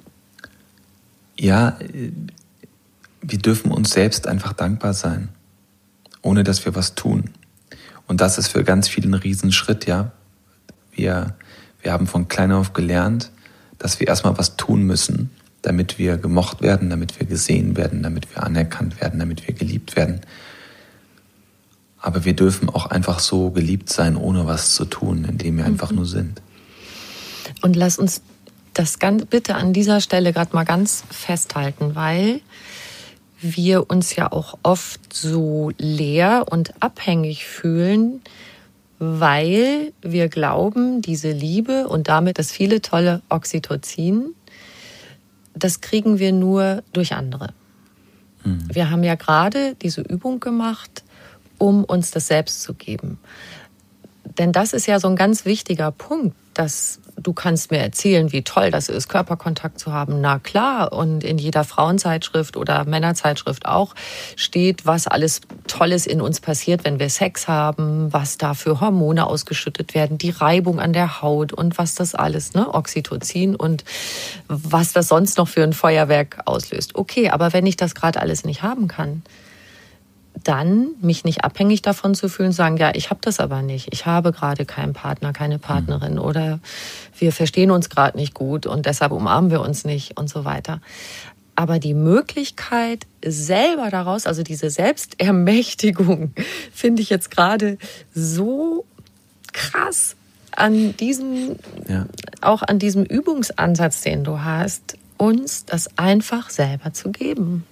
ja, wir dürfen uns selbst einfach dankbar sein, ohne dass wir was tun. Und das ist für ganz viele ein Riesenschritt, ja. Wir, wir haben von klein auf gelernt, dass wir erstmal was tun müssen, damit wir gemocht werden, damit wir gesehen werden, damit wir anerkannt werden, damit wir geliebt werden. Aber wir dürfen auch einfach so geliebt sein, ohne was zu tun, indem wir einfach mhm. nur sind. Und lass uns das ganz, bitte an dieser Stelle gerade mal ganz festhalten, weil wir uns ja auch oft so leer und abhängig fühlen, weil wir glauben, diese Liebe und damit das viele tolle Oxytocin, das kriegen wir nur durch andere. Mhm. Wir haben ja gerade diese Übung gemacht, um uns das selbst zu geben. Denn das ist ja so ein ganz wichtiger Punkt, dass du kannst mir erzählen, wie toll das ist, Körperkontakt zu haben. Na klar, und in jeder Frauenzeitschrift oder Männerzeitschrift auch steht, was alles Tolles in uns passiert, wenn wir Sex haben, was da für Hormone ausgeschüttet werden, die Reibung an der Haut und was das alles, ne, Oxytocin und was das sonst noch für ein Feuerwerk auslöst. Okay, aber wenn ich das gerade alles nicht haben kann, dann mich nicht abhängig davon zu fühlen, sagen, ja, ich habe das aber nicht. Ich habe gerade keinen Partner, keine Partnerin oder wir verstehen uns gerade nicht gut und deshalb umarmen wir uns nicht und so weiter. Aber die Möglichkeit selber daraus, also diese Selbstermächtigung, finde ich jetzt gerade so krass an diesem, ja. auch an diesem Übungsansatz, den du hast, uns das einfach selber zu geben.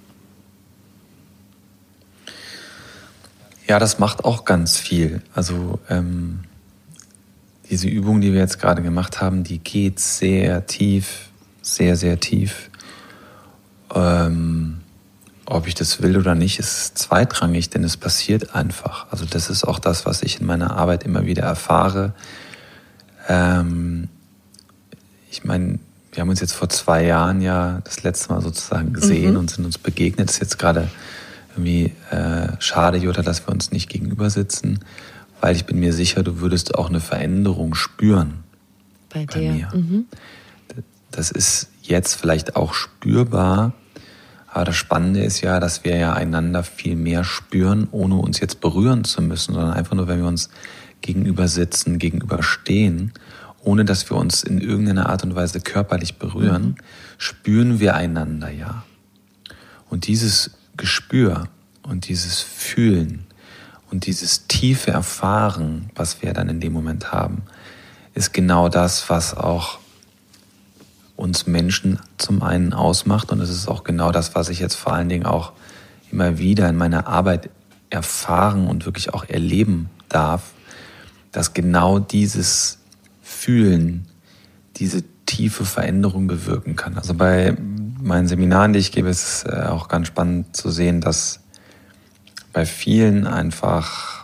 Ja, das macht auch ganz viel. Also ähm, diese Übung, die wir jetzt gerade gemacht haben, die geht sehr tief, sehr, sehr tief. Ähm, ob ich das will oder nicht, ist zweitrangig, denn es passiert einfach. Also das ist auch das, was ich in meiner Arbeit immer wieder erfahre. Ähm, ich meine, wir haben uns jetzt vor zwei Jahren ja das letzte Mal sozusagen gesehen mhm. und sind uns begegnet. Das ist jetzt gerade irgendwie äh, schade, Jutta, dass wir uns nicht gegenüber sitzen, weil ich bin mir sicher, du würdest auch eine Veränderung spüren bei, bei dir. Mir. Mhm. Das ist jetzt vielleicht auch spürbar, aber das Spannende ist ja, dass wir ja einander viel mehr spüren, ohne uns jetzt berühren zu müssen, sondern einfach nur, wenn wir uns gegenüber sitzen, gegenüber stehen, ohne dass wir uns in irgendeiner Art und Weise körperlich berühren, mhm. spüren wir einander ja. Und dieses Gespür und dieses Fühlen und dieses tiefe Erfahren, was wir dann in dem Moment haben, ist genau das, was auch uns Menschen zum einen ausmacht. Und es ist auch genau das, was ich jetzt vor allen Dingen auch immer wieder in meiner Arbeit erfahren und wirklich auch erleben darf, dass genau dieses Fühlen diese tiefe Veränderung bewirken kann. Also bei meinen Seminaren, die ich gebe, ist es auch ganz spannend zu sehen, dass bei vielen einfach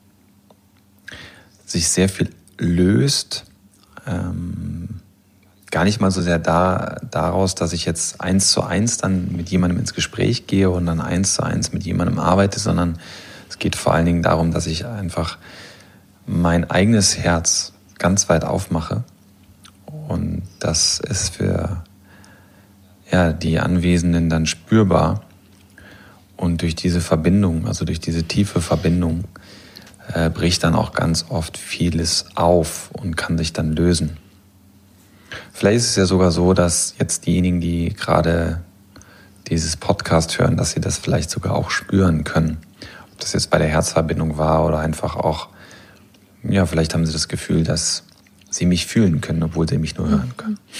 sich sehr viel löst. Ähm, gar nicht mal so sehr da, daraus, dass ich jetzt eins zu eins dann mit jemandem ins Gespräch gehe und dann eins zu eins mit jemandem arbeite, sondern es geht vor allen Dingen darum, dass ich einfach mein eigenes Herz ganz weit aufmache. Und das ist für ja, die Anwesenden dann spürbar. Und durch diese Verbindung, also durch diese tiefe Verbindung, äh, bricht dann auch ganz oft vieles auf und kann sich dann lösen. Vielleicht ist es ja sogar so, dass jetzt diejenigen, die gerade dieses Podcast hören, dass sie das vielleicht sogar auch spüren können. Ob das jetzt bei der Herzverbindung war oder einfach auch, ja, vielleicht haben sie das Gefühl, dass sie mich fühlen können, obwohl sie mich nur hören können.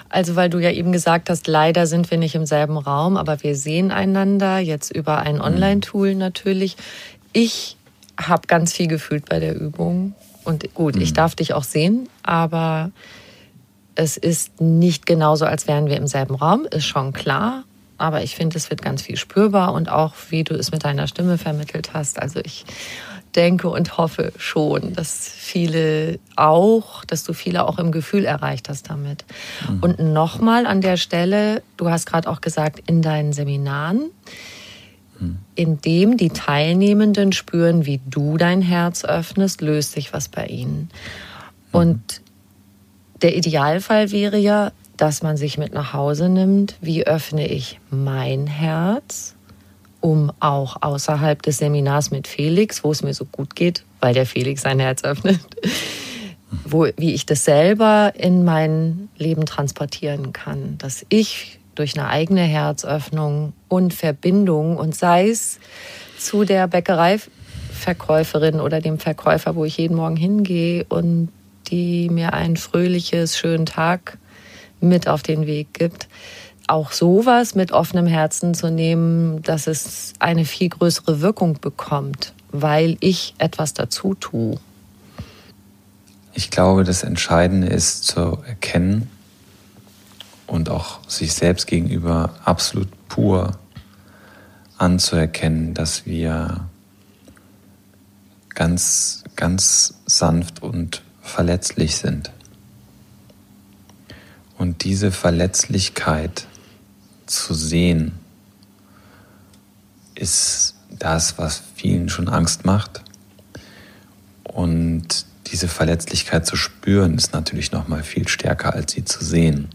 Also weil du ja eben gesagt hast, leider sind wir nicht im selben Raum, aber wir sehen einander jetzt über ein Online-Tool natürlich. Ich habe ganz viel gefühlt bei der Übung. Und gut, mhm. ich darf dich auch sehen, aber es ist nicht genauso, als wären wir im selben Raum, ist schon klar. Aber ich finde, es wird ganz viel spürbar und auch, wie du es mit deiner Stimme vermittelt hast. Also ich denke und hoffe schon, dass viele auch, dass du viele auch im Gefühl erreicht hast damit. Mhm. Und nochmal an der Stelle, du hast gerade auch gesagt, in deinen Seminaren, mhm. indem die Teilnehmenden spüren, wie du dein Herz öffnest, löst sich was bei ihnen. Mhm. Und der Idealfall wäre ja, dass man sich mit nach Hause nimmt, wie öffne ich mein Herz, um auch außerhalb des Seminars mit Felix, wo es mir so gut geht, weil der Felix sein Herz öffnet, wo, wie ich das selber in mein Leben transportieren kann, dass ich durch eine eigene Herzöffnung und Verbindung und sei es zu der Bäckereiverkäuferin oder dem Verkäufer, wo ich jeden Morgen hingehe und die mir ein fröhliches, schönen Tag mit auf den Weg gibt, auch sowas mit offenem Herzen zu nehmen, dass es eine viel größere Wirkung bekommt, weil ich etwas dazu tue. Ich glaube, das Entscheidende ist zu erkennen und auch sich selbst gegenüber absolut pur anzuerkennen, dass wir ganz, ganz sanft und verletzlich sind. Und diese Verletzlichkeit zu sehen, ist das, was vielen schon Angst macht. Und diese Verletzlichkeit zu spüren, ist natürlich noch mal viel stärker, als sie zu sehen.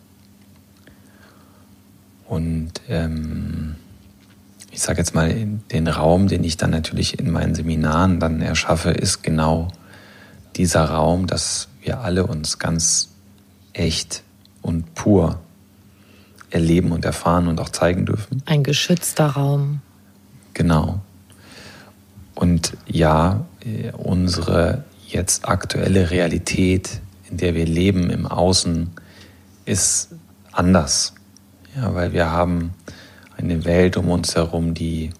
Und ähm, ich sage jetzt mal, den Raum, den ich dann natürlich in meinen Seminaren dann erschaffe, ist genau dieser Raum, dass wir alle uns ganz echt und pur erleben und erfahren und auch zeigen dürfen. Ein geschützter Raum. Genau. Und ja, unsere jetzt aktuelle Realität, in der wir leben im Außen, ist anders. Ja, weil wir haben eine Welt um uns herum, die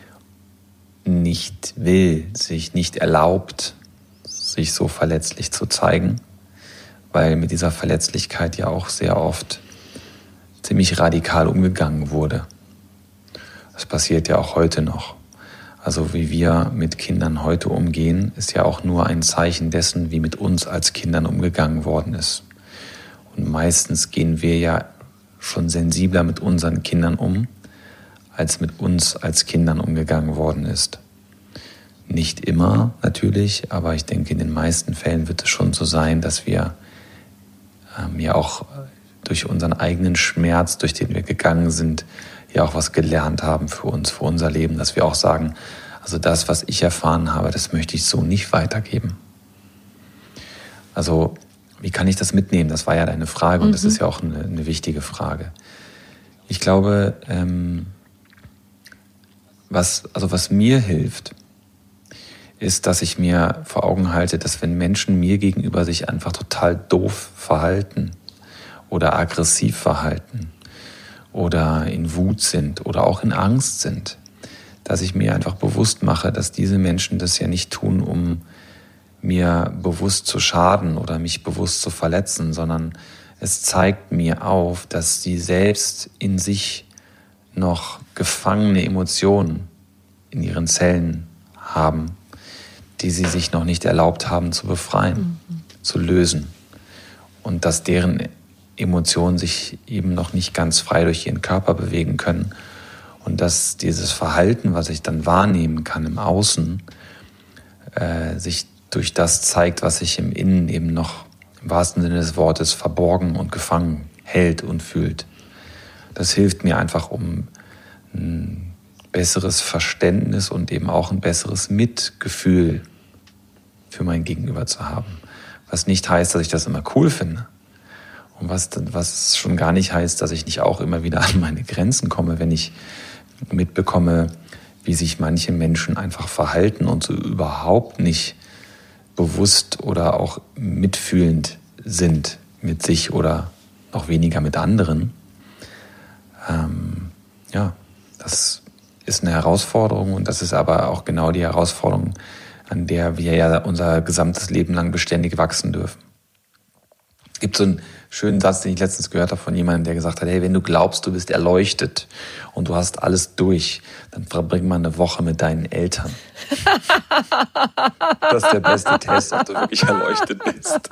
nicht will, sich nicht erlaubt, sich so verletzlich zu zeigen, weil mit dieser Verletzlichkeit ja auch sehr oft ziemlich radikal umgegangen wurde. Das passiert ja auch heute noch. Also wie wir mit Kindern heute umgehen, ist ja auch nur ein Zeichen dessen, wie mit uns als Kindern umgegangen worden ist. Und meistens gehen wir ja schon sensibler mit unseren Kindern um, als mit uns als Kindern umgegangen worden ist. Nicht immer natürlich, aber ich denke, in den meisten Fällen wird es schon so sein, dass wir ähm, ja auch durch unseren eigenen Schmerz, durch den wir gegangen sind, ja auch was gelernt haben für uns, für unser Leben, dass wir auch sagen, also das, was ich erfahren habe, das möchte ich so nicht weitergeben. Also wie kann ich das mitnehmen? Das war ja deine Frage und mhm. das ist ja auch eine, eine wichtige Frage. Ich glaube, ähm, was, also was mir hilft, ist, dass ich mir vor Augen halte, dass wenn Menschen mir gegenüber sich einfach total doof verhalten oder aggressiv verhalten oder in Wut sind oder auch in Angst sind, dass ich mir einfach bewusst mache, dass diese Menschen das ja nicht tun, um mir bewusst zu schaden oder mich bewusst zu verletzen, sondern es zeigt mir auf, dass sie selbst in sich noch gefangene Emotionen in ihren Zellen haben, die sie sich noch nicht erlaubt haben zu befreien, mhm. zu lösen. Und dass deren Emotionen sich eben noch nicht ganz frei durch ihren Körper bewegen können. Und dass dieses Verhalten, was ich dann wahrnehmen kann im Außen, äh, sich durch das zeigt, was sich im Innen eben noch im wahrsten Sinne des Wortes verborgen und gefangen hält und fühlt. Das hilft mir einfach, um ein besseres Verständnis und eben auch ein besseres Mitgefühl für mein Gegenüber zu haben. Was nicht heißt, dass ich das immer cool finde. Und was, was schon gar nicht heißt, dass ich nicht auch immer wieder an meine Grenzen komme, wenn ich mitbekomme, wie sich manche Menschen einfach verhalten und so überhaupt nicht bewusst oder auch mitfühlend sind mit sich oder noch weniger mit anderen. Ähm, ja, das ist eine Herausforderung und das ist aber auch genau die Herausforderung, an der wir ja unser gesamtes Leben lang beständig wachsen dürfen. Es gibt so einen schönen Satz, den ich letztens gehört habe von jemandem, der gesagt hat, hey, wenn du glaubst, du bist erleuchtet und du hast alles durch, dann verbring mal eine Woche mit deinen Eltern. Das ist der beste Test, ob du wirklich erleuchtet bist.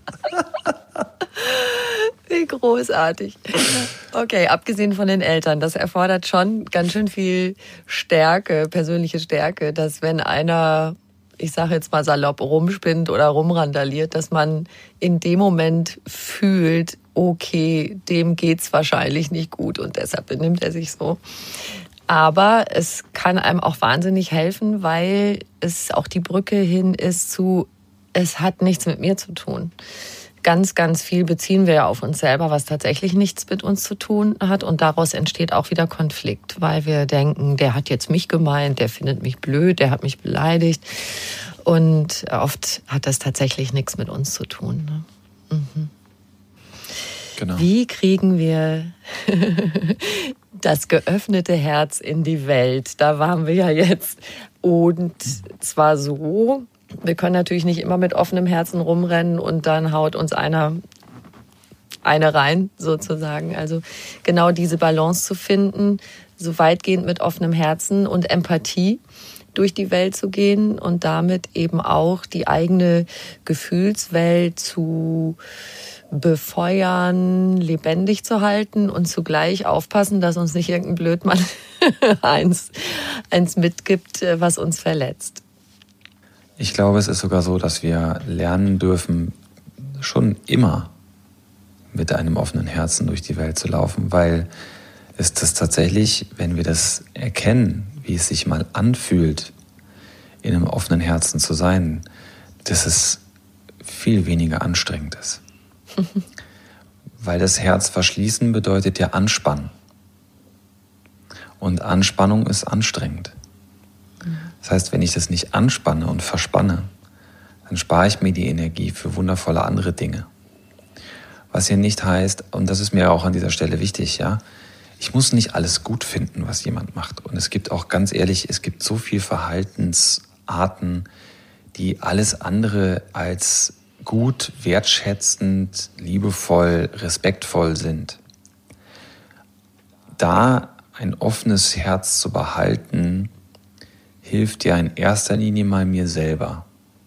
Wie großartig. Okay, abgesehen von den Eltern, das erfordert schon ganz schön viel Stärke, persönliche Stärke, dass wenn einer, ich sage jetzt mal salopp, rumspinnt oder rumrandaliert, dass man in dem Moment fühlt, okay, dem geht's wahrscheinlich nicht gut und deshalb benimmt er sich so. Aber es kann einem auch wahnsinnig helfen, weil es auch die Brücke hin ist zu, es hat nichts mit mir zu tun. Ganz, ganz viel beziehen wir ja auf uns selber, was tatsächlich nichts mit uns zu tun hat. Und daraus entsteht auch wieder Konflikt, weil wir denken, der hat jetzt mich gemeint, der findet mich blöd, der hat mich beleidigt. Und oft hat das tatsächlich nichts mit uns zu tun. Ne? Mhm. Genau. Wie kriegen wir das geöffnete Herz in die Welt? Da waren wir ja jetzt. Und zwar so, wir können natürlich nicht immer mit offenem Herzen rumrennen und dann haut uns einer eine rein, sozusagen. Also genau diese Balance zu finden, so weitgehend mit offenem Herzen und Empathie durch die Welt zu gehen und damit eben auch die eigene Gefühlswelt zu befeuern, lebendig zu halten und zugleich aufpassen, dass uns nicht irgendein Blödmann eins, eins mitgibt, was uns verletzt. Ich glaube, es ist sogar so, dass wir lernen dürfen, schon immer mit einem offenen Herzen durch die Welt zu laufen, weil es das tatsächlich, wenn wir das erkennen, wie es sich mal anfühlt, in einem offenen Herzen zu sein, dass es viel weniger anstrengend ist. Weil das Herz verschließen bedeutet ja Anspannen. Und Anspannung ist anstrengend. Das heißt, wenn ich das nicht anspanne und verspanne, dann spare ich mir die Energie für wundervolle andere Dinge. Was hier nicht heißt, und das ist mir auch an dieser Stelle wichtig, ja, ich muss nicht alles gut finden, was jemand macht. Und es gibt auch, ganz ehrlich, es gibt so viele Verhaltensarten, die alles andere als gut, wertschätzend, liebevoll, respektvoll sind. Da ein offenes Herz zu behalten, hilft ja in erster Linie mal mir selber.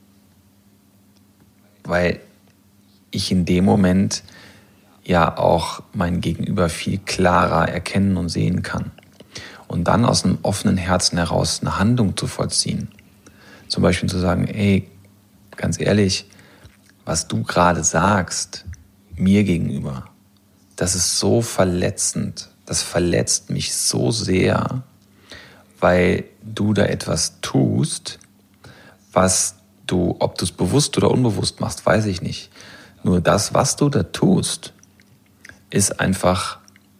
Weil ich in dem Moment ja auch mein Gegenüber viel klarer erkennen und sehen kann. Und dann aus einem offenen Herzen heraus eine Handlung zu vollziehen. Zum Beispiel zu sagen, ey, ganz ehrlich, was du gerade sagst, mir gegenüber, das ist so verletzend, das verletzt mich so sehr, weil du da etwas tust, was du, ob du es bewusst oder unbewusst machst, weiß ich nicht. Nur das, was du da tust, ist einfach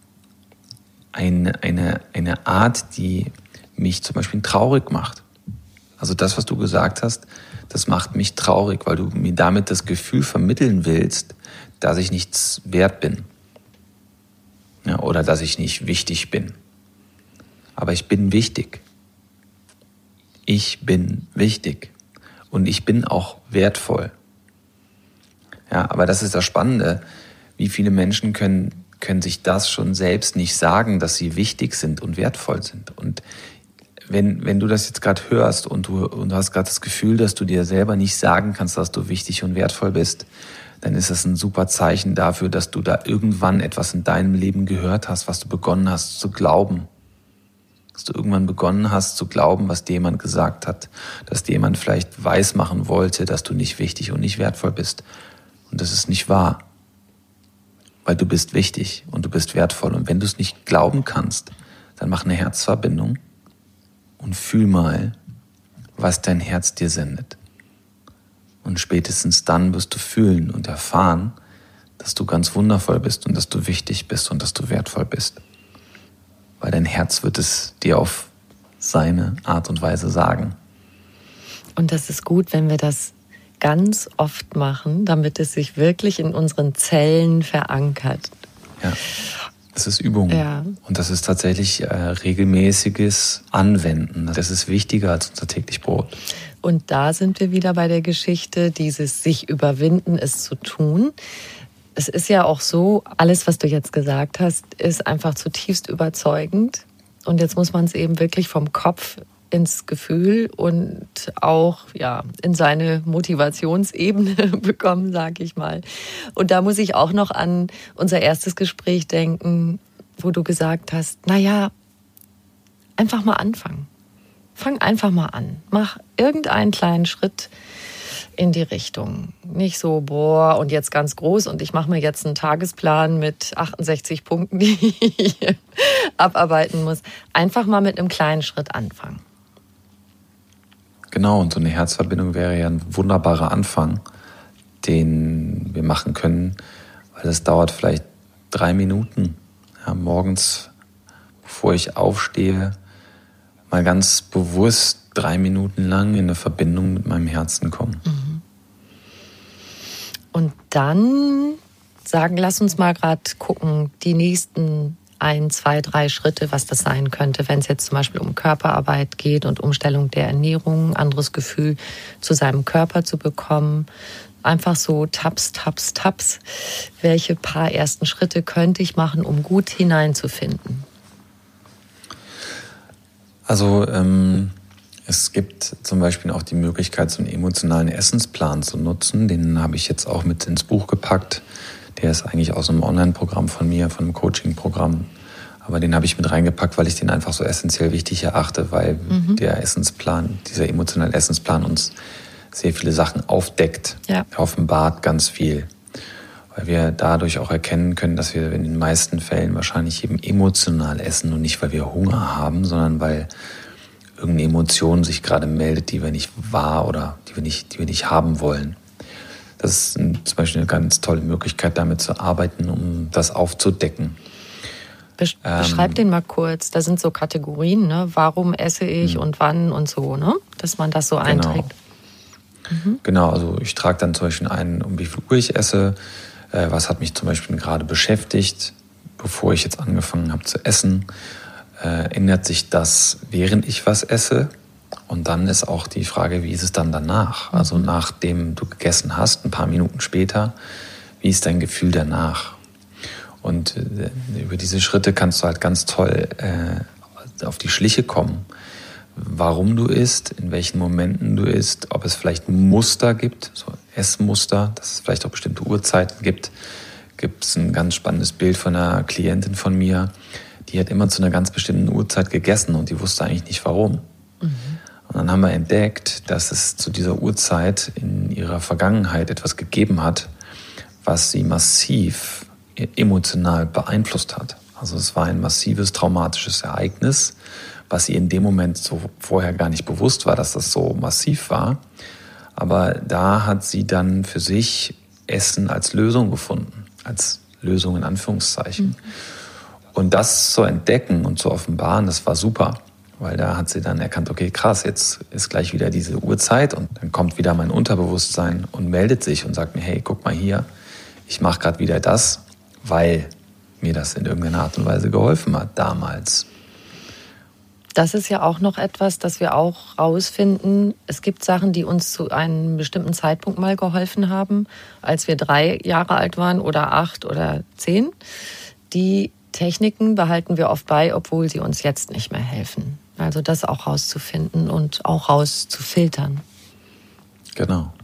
eine, eine, eine Art, die mich zum Beispiel traurig macht. Also das, was du gesagt hast, das macht mich traurig, weil du mir damit das Gefühl vermitteln willst, dass ich nichts wert bin. Ja, oder dass ich nicht wichtig bin. Aber ich bin wichtig. Ich bin wichtig. Und ich bin auch wertvoll. Ja, aber das ist das Spannende. Wie viele Menschen können, können sich das schon selbst nicht sagen, dass sie wichtig sind und wertvoll sind. Und wenn, wenn du das jetzt gerade hörst und du, und du hast gerade das Gefühl, dass du dir selber nicht sagen kannst, dass du wichtig und wertvoll bist, dann ist das ein super Zeichen dafür, dass du da irgendwann etwas in deinem Leben gehört hast, was du begonnen hast zu glauben. Dass du irgendwann begonnen hast zu glauben, was dir jemand gesagt hat, dass dir jemand vielleicht weismachen wollte, dass du nicht wichtig und nicht wertvoll bist. Und das ist nicht wahr. Weil du bist wichtig und du bist wertvoll. Und wenn du es nicht glauben kannst, dann mach eine Herzverbindung und fühl mal, was dein Herz dir sendet. Und spätestens dann wirst du fühlen und erfahren, dass du ganz wundervoll bist und dass du wichtig bist und dass du wertvoll bist. Weil dein Herz wird es dir auf seine Art und Weise sagen. Und das ist gut, wenn wir das ganz oft machen, damit es sich wirklich in unseren Zellen verankert. Ja, das ist Übung. Ja. Und das ist tatsächlich äh, regelmäßiges Anwenden. Das ist wichtiger als unser täglich Brot. Und da sind wir wieder bei der Geschichte, dieses sich überwinden, es zu tun. Es ist ja auch so, alles, was du jetzt gesagt hast, ist einfach zutiefst überzeugend. Und jetzt muss man es eben wirklich vom Kopf ins Gefühl und auch ja in seine Motivationsebene bekommen, sage ich mal. Und da muss ich auch noch an unser erstes Gespräch denken, wo du gesagt hast, na ja, einfach mal anfangen. Fang einfach mal an. Mach irgendeinen kleinen Schritt in die Richtung. Nicht so, boah, und jetzt ganz groß und ich mache mir jetzt einen Tagesplan mit achtundsechzig Punkten, die ich abarbeiten muss. Einfach mal mit einem kleinen Schritt anfangen. Genau, und so eine Herzverbindung wäre ja ein wunderbarer Anfang, den wir machen können, weil es dauert vielleicht drei Minuten. Ja, morgens, bevor ich aufstehe, mal ganz bewusst drei Minuten lang in eine Verbindung mit meinem Herzen kommen. Und dann sagen, lass uns mal gerade gucken, die nächsten ein, zwei, drei Schritte, was das sein könnte, wenn es jetzt zum Beispiel um Körperarbeit geht und Umstellung der Ernährung, anderes Gefühl zu seinem Körper zu bekommen. Einfach so taps, taps, taps. Welche paar ersten Schritte könnte ich machen, um gut hineinzufinden? Also ähm, es gibt zum Beispiel auch die Möglichkeit, so einen emotionalen Essensplan zu nutzen. Den habe ich jetzt auch mit ins Buch gepackt. Der ist eigentlich aus einem Online-Programm von mir, von einem Coaching-Programm. Aber den habe ich mit reingepackt, weil ich den einfach so essentiell wichtig erachte, weil mhm. der Essensplan, dieser emotionale Essensplan uns sehr viele Sachen aufdeckt. Ja. Er offenbart ganz viel. Weil wir dadurch auch erkennen können, dass wir in den meisten Fällen wahrscheinlich eben emotional essen und nicht, weil wir Hunger haben, sondern weil irgendeine Emotion sich gerade meldet, die wir nicht wahr oder die wir nicht, die wir nicht haben wollen. Das ist zum Beispiel eine ganz tolle Möglichkeit, damit zu arbeiten, um das aufzudecken. Besch- Beschreib ähm, den mal kurz. Da sind so Kategorien, ne? Warum esse ich mh. und wann und so, ne? Dass man das so genau. einträgt. Mhm. Genau, also ich trage dann zum Beispiel ein, um wie viel Uhr ich esse, äh, was hat mich zum Beispiel gerade beschäftigt, bevor ich jetzt angefangen habe zu essen. Äh, ändert sich das, während ich was esse? Und dann ist auch die Frage, wie ist es dann danach? Also nachdem du gegessen hast, ein paar Minuten später, wie ist dein Gefühl danach? Und äh, über diese Schritte kannst du halt ganz toll äh, auf die Schliche kommen. Warum du isst, in welchen Momenten du isst, ob es vielleicht Muster gibt, so Essmuster, dass es vielleicht auch bestimmte Uhrzeiten gibt. Gibt es ein ganz spannendes Bild von einer Klientin von mir, die hat immer zu einer ganz bestimmten Uhrzeit gegessen und die wusste eigentlich nicht warum. Mhm. Und dann haben wir entdeckt, dass es zu dieser Uhrzeit in ihrer Vergangenheit etwas gegeben hat, was sie massiv emotional beeinflusst hat. Also es war ein massives traumatisches Ereignis, was ihr in dem Moment so vorher gar nicht bewusst war, dass das so massiv war. Aber da hat sie dann für sich Essen als Lösung gefunden, als Lösung in Anführungszeichen. Mhm. Und das zu entdecken und zu offenbaren, das war super. Weil da hat sie dann erkannt, okay, krass, jetzt ist gleich wieder diese Uhrzeit und dann kommt wieder mein Unterbewusstsein und meldet sich und sagt mir, hey, guck mal hier, ich mache gerade wieder das, weil mir das in irgendeiner Art und Weise geholfen hat damals. Das ist ja auch noch etwas, das wir auch rausfinden. Es gibt Sachen, die uns zu einem bestimmten Zeitpunkt mal geholfen haben, als wir drei Jahre alt waren oder acht oder zehn. Die Techniken behalten wir oft bei, obwohl sie uns jetzt nicht mehr helfen. Also das auch rauszufinden und auch rauszufiltern. Genau.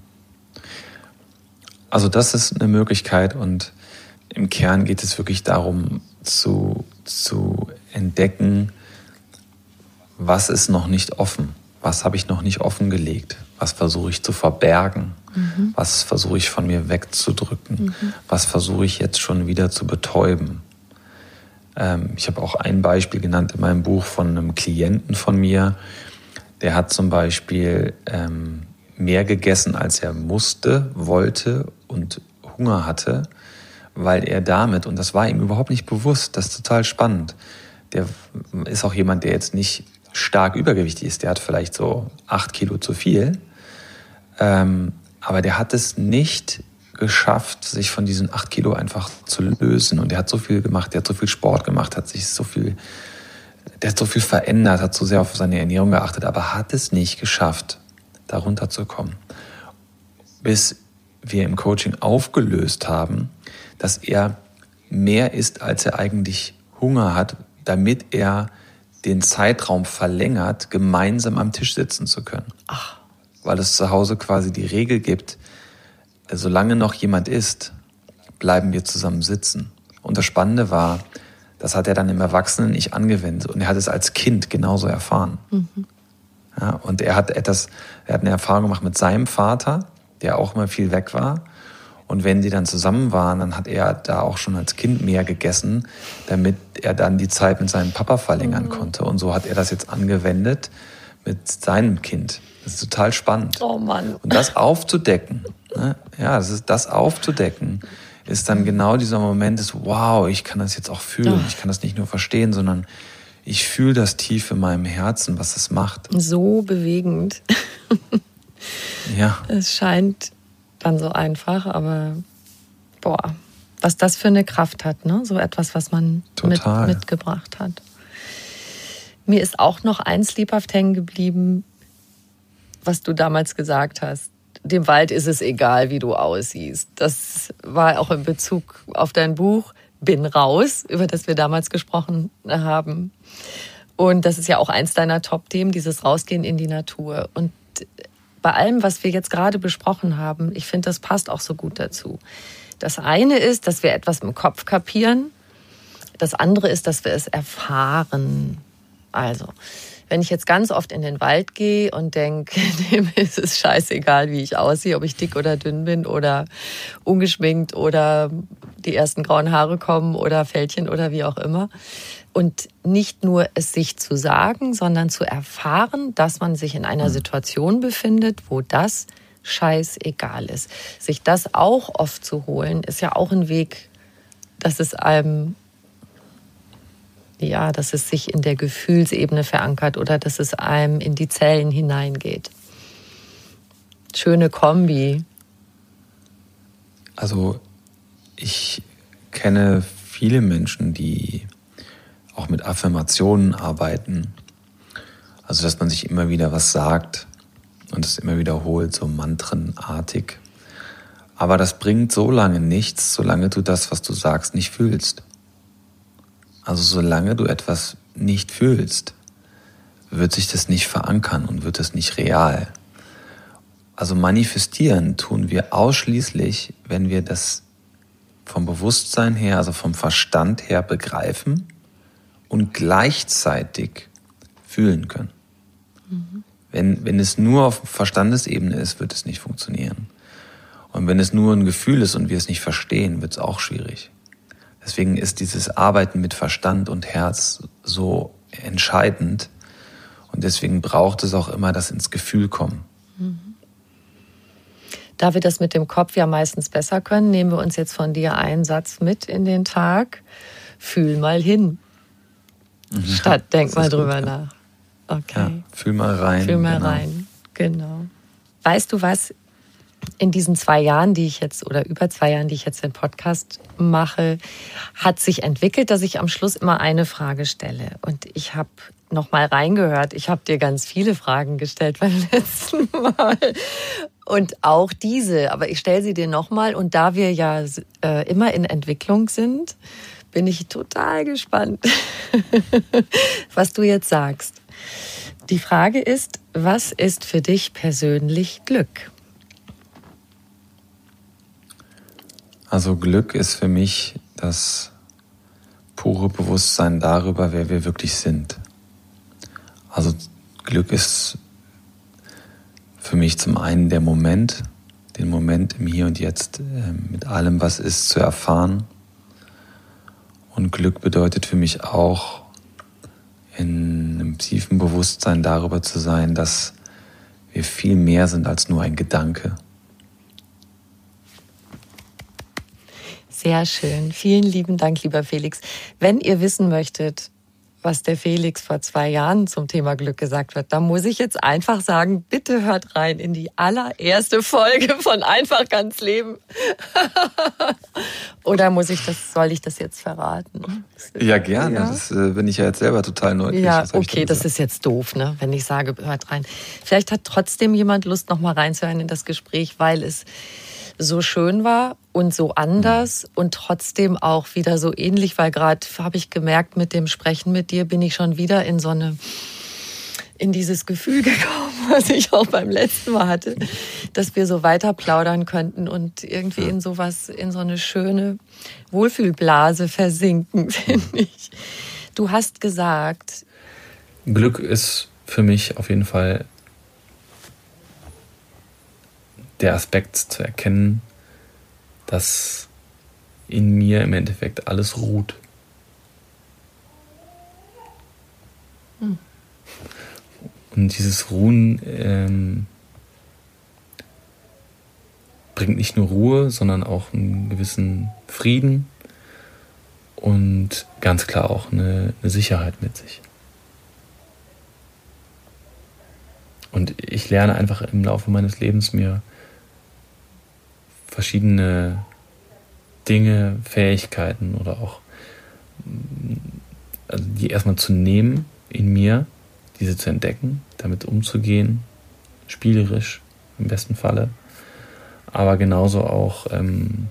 Also das ist eine Möglichkeit und im Kern geht es wirklich darum zu, zu entdecken, was ist noch nicht offen, was habe ich noch nicht offengelegt, was versuche ich zu verbergen, mhm. was versuche ich von mir wegzudrücken, mhm. was versuche ich jetzt schon wieder zu betäuben. Ähm, ich habe auch ein Beispiel genannt in meinem Buch von einem Klienten von mir, der hat zum Beispiel ähm, mehr gegessen, als er musste, wollte und Hunger hatte, weil er damit, und das war ihm überhaupt nicht bewusst, das ist total spannend, der ist auch jemand, der jetzt nicht stark übergewichtig ist, der hat vielleicht so acht Kilo zu viel, ähm, aber der hat es nicht geschafft, sich von diesen acht Kilo einfach zu lösen. Und der hat so viel gemacht, der hat so viel Sport gemacht, hat sich so viel, der hat so viel verändert, hat so sehr auf seine Ernährung geachtet, aber hat es nicht geschafft, da runterzukommen. Bis wir im Coaching aufgelöst haben, dass er mehr isst, als er eigentlich Hunger hat, damit er den Zeitraum verlängert, gemeinsam am Tisch sitzen zu können. Ach. Weil es zu Hause quasi die Regel gibt, solange noch jemand isst, bleiben wir zusammen sitzen. Und das Spannende war, das hat er dann im Erwachsenen-Ich angewendet und er hat es als Kind genauso erfahren. Mhm. Ja, und er hat etwas, er hat eine Erfahrung gemacht mit seinem Vater, der auch immer viel weg war. Und wenn die dann zusammen waren, dann hat er da auch schon als Kind mehr gegessen, damit er dann die Zeit mit seinem Papa verlängern mhm. konnte. Und so hat er das jetzt angewendet mit seinem Kind. Das ist total spannend. Oh Mann. Und das aufzudecken, ne? Ja, das ist das aufzudecken, ist dann genau dieser Moment des, wow, ich kann das jetzt auch fühlen. Ich kann das nicht nur verstehen, sondern ich fühle das tief in meinem Herzen, was es macht. So bewegend. Ja. Es scheint dann so einfach, aber boah, was das für eine Kraft hat, ne? So etwas, was man mit, mitgebracht hat. Mir ist auch noch eins lebhaft hängen geblieben, was du damals gesagt hast. Dem Wald ist es egal, wie du aussiehst. Das war auch in Bezug auf dein Buch Bin raus, über das wir damals gesprochen haben. Und das ist ja auch eins deiner Top-Themen, dieses Rausgehen in die Natur. Und bei allem, was wir jetzt gerade besprochen haben, ich finde, das passt auch so gut dazu. Das eine ist, dass wir etwas im Kopf kapieren. Das andere ist, dass wir es erfahren. Also, wenn ich jetzt ganz oft in den Wald gehe und denke, dem ist es scheißegal, wie ich aussehe, ob ich dick oder dünn bin oder ungeschminkt oder die ersten grauen Haare kommen oder Fältchen oder wie auch immer. Und nicht nur es sich zu sagen, sondern zu erfahren, dass man sich in einer Situation befindet, wo das scheißegal ist. Sich das auch oft zu holen, ist ja auch ein Weg, dass es einem, ja, dass es sich in der Gefühlsebene verankert oder dass es einem in die Zellen hineingeht. Schöne Kombi. Also ich kenne viele Menschen, die auch mit Affirmationen arbeiten. Also dass man sich immer wieder was sagt und es immer wiederholt, so mantrenartig. Aber das bringt so lange nichts, solange du das, was du sagst, nicht fühlst. Also solange du etwas nicht fühlst, wird sich das nicht verankern und wird es nicht real. Also manifestieren tun wir ausschließlich, wenn wir das vom Bewusstsein her, also vom Verstand her begreifen und gleichzeitig fühlen können. Mhm. Wenn, wenn es nur auf Verstandesebene ist, wird es nicht funktionieren. Und wenn es nur ein Gefühl ist und wir es nicht verstehen, wird es auch schwierig. Deswegen ist dieses Arbeiten mit Verstand und Herz so entscheidend. Und deswegen braucht es auch immer das ins Gefühl kommen. Mhm. Da wir das mit dem Kopf ja meistens besser können, nehmen wir uns jetzt von dir einen Satz mit in den Tag. Fühl mal hin. Mhm. Statt denk mal drüber gut, nach. Okay. Ja, fühl mal rein. Fühl mal genau. rein, genau. Weißt du was? In diesen zwei Jahren, die ich jetzt, oder über zwei Jahren, die ich jetzt den Podcast mache, hat sich entwickelt, dass ich am Schluss immer eine Frage stelle. Und ich habe noch mal reingehört. Ich habe dir ganz viele Fragen gestellt beim letzten Mal. Und auch diese, aber ich stelle sie dir noch mal. Und da wir ja äh, immer in Entwicklung sind, bin ich total gespannt, was du jetzt sagst. Die Frage ist, was ist für dich persönlich Glück? Also Glück ist für mich das pure Bewusstsein darüber, wer wir wirklich sind. Also Glück ist für mich zum einen der Moment, den Moment im Hier und Jetzt mit allem, was ist, zu erfahren. Und Glück bedeutet für mich auch, in einem tiefen Bewusstsein darüber zu sein, dass wir viel mehr sind als nur ein Gedanke. Sehr schön. Vielen lieben Dank, lieber Felix. Wenn ihr wissen möchtet, was der Felix vor zwei Jahren zum Thema Glück gesagt hat. Da muss ich jetzt einfach sagen, bitte hört rein in die allererste Folge von Einfach ganz Leben. Oder muss ich das, soll ich das jetzt verraten? Ja, gerne. Ja? Das äh, bin ich ja jetzt selber total neugierig. Ja, okay, das ist jetzt doof, ne? Wenn ich sage, hört rein. Vielleicht hat trotzdem jemand Lust, noch mal reinzuhören in das Gespräch, weil es so schön war und so anders und trotzdem auch wieder so ähnlich, weil gerade habe ich gemerkt, mit dem Sprechen mit dir bin ich schon wieder in so eine, in dieses Gefühl gekommen, was ich auch beim letzten Mal hatte, dass wir so weiter plaudern könnten und irgendwie in sowas, in so eine schöne Wohlfühlblase versinken, finde ich. Du hast gesagt, Glück ist für mich auf jeden Fall der Aspekt zu erkennen, dass in mir im Endeffekt alles ruht. Hm. Und dieses Ruhen ähm, bringt nicht nur Ruhe, sondern auch einen gewissen Frieden und ganz klar auch eine, eine Sicherheit mit sich. Und ich lerne einfach im Laufe meines Lebens mir verschiedene Dinge, Fähigkeiten oder auch also die erstmal zu nehmen in mir, diese zu entdecken, damit umzugehen, spielerisch im besten Falle, aber genauso auch ähm,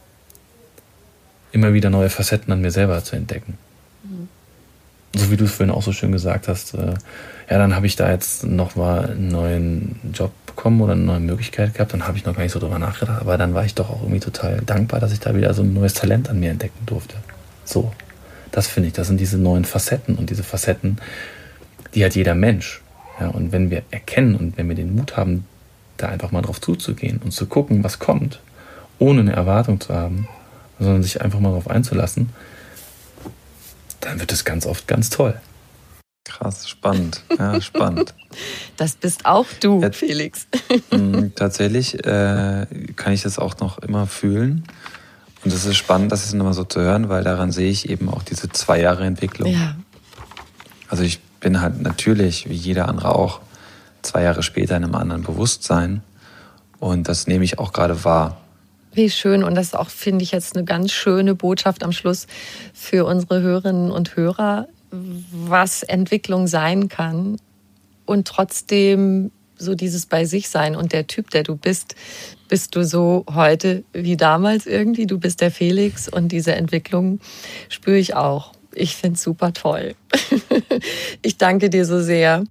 immer wieder neue Facetten an mir selber zu entdecken. Mhm. So wie du es vorhin auch so schön gesagt hast, äh, ja, dann habe ich da jetzt noch mal einen neuen Job bekommen oder eine neue Möglichkeit gehabt, dann habe ich noch gar nicht so drüber nachgedacht, aber dann war ich doch auch irgendwie total dankbar, dass ich da wieder so ein neues Talent an mir entdecken durfte. So, das finde ich, das sind diese neuen Facetten und diese Facetten, die hat jeder Mensch. Ja, und wenn wir erkennen und wenn wir den Mut haben, da einfach mal drauf zuzugehen und zu gucken, was kommt, ohne eine Erwartung zu haben, sondern sich einfach mal darauf einzulassen, dann wird es ganz oft ganz toll. Krass, spannend. Ja, spannend. Das bist auch du, ja, Felix. Tatsächlich äh, kann ich das auch noch immer fühlen. Und es ist spannend, das ist nochmal so zu hören, weil daran sehe ich eben auch diese zwei Jahre Entwicklung. Ja. Also ich bin halt natürlich, wie jeder andere auch, zwei Jahre später in einem anderen Bewusstsein. Und das nehme ich auch gerade wahr. Wie schön. Und das ist auch, finde ich, jetzt eine ganz schöne Botschaft am Schluss für unsere Hörerinnen und Hörer, was Entwicklung sein kann und trotzdem so dieses bei sich sein. Und der Typ, der du bist, bist du so heute wie damals irgendwie. Du bist der Felix und diese Entwicklung spüre ich auch. Ich finde es super toll. Ich danke dir so sehr.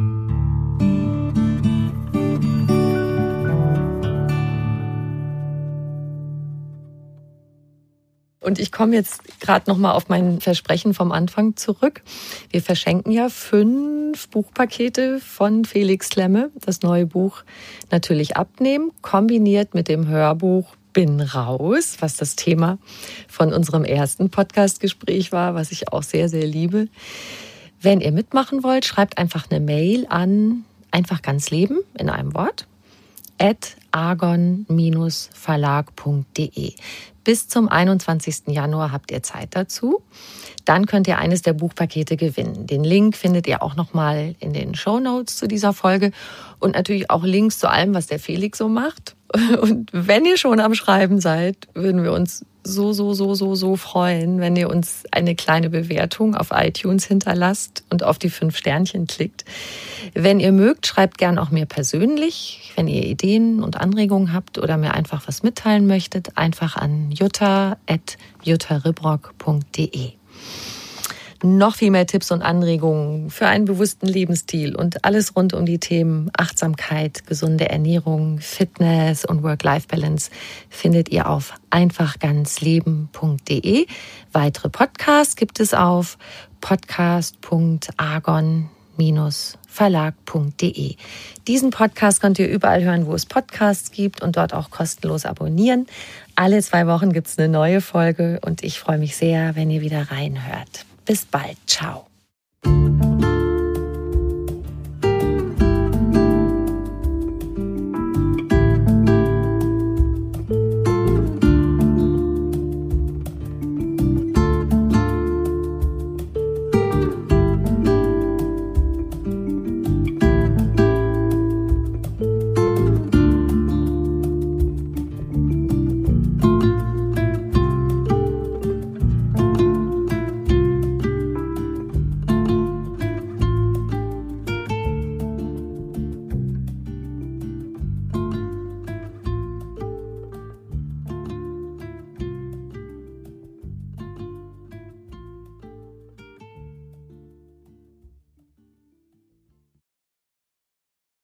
Und ich komme jetzt gerade noch mal auf mein Versprechen vom Anfang zurück. Wir verschenken ja fünf Buchpakete von Felix Klemme. Das neue Buch Natürlich abnehmen, kombiniert mit dem Hörbuch Bin raus, was das Thema von unserem ersten Podcast-Gespräch war, was ich auch sehr, sehr liebe. Wenn ihr mitmachen wollt, schreibt einfach eine Mail an einfach ganz leben in einem Wort at argon verlag punkt de. Bis zum einundzwanzigsten Januar habt ihr Zeit dazu. Dann könnt ihr eines der Buchpakete gewinnen. Den Link findet ihr auch nochmal in den Shownotes zu dieser Folge und natürlich auch Links zu allem, was der Felix so macht. Und wenn ihr schon am Schreiben seid, würden wir uns so, so, so, so, so freuen, wenn ihr uns eine kleine Bewertung auf iTunes hinterlasst und auf die fünf Sternchen klickt. Wenn ihr mögt, schreibt gern auch mir persönlich, wenn ihr Ideen und Anregungen habt oder mir einfach was mitteilen möchtet, einfach an jutta at jutta ribrock punkt de. Noch viel mehr Tipps und Anregungen für einen bewussten Lebensstil und alles rund um die Themen Achtsamkeit, gesunde Ernährung, Fitness und Work-Life-Balance findet ihr auf einfach ganz leben punkt de. Weitere Podcasts gibt es auf podcast punkt argon verlag punkt de. Diesen Podcast könnt ihr überall hören, wo es Podcasts gibt und dort auch kostenlos abonnieren. Alle zwei Wochen gibt es eine neue Folge und ich freue mich sehr, wenn ihr wieder reinhört. Bis bald. Ciao.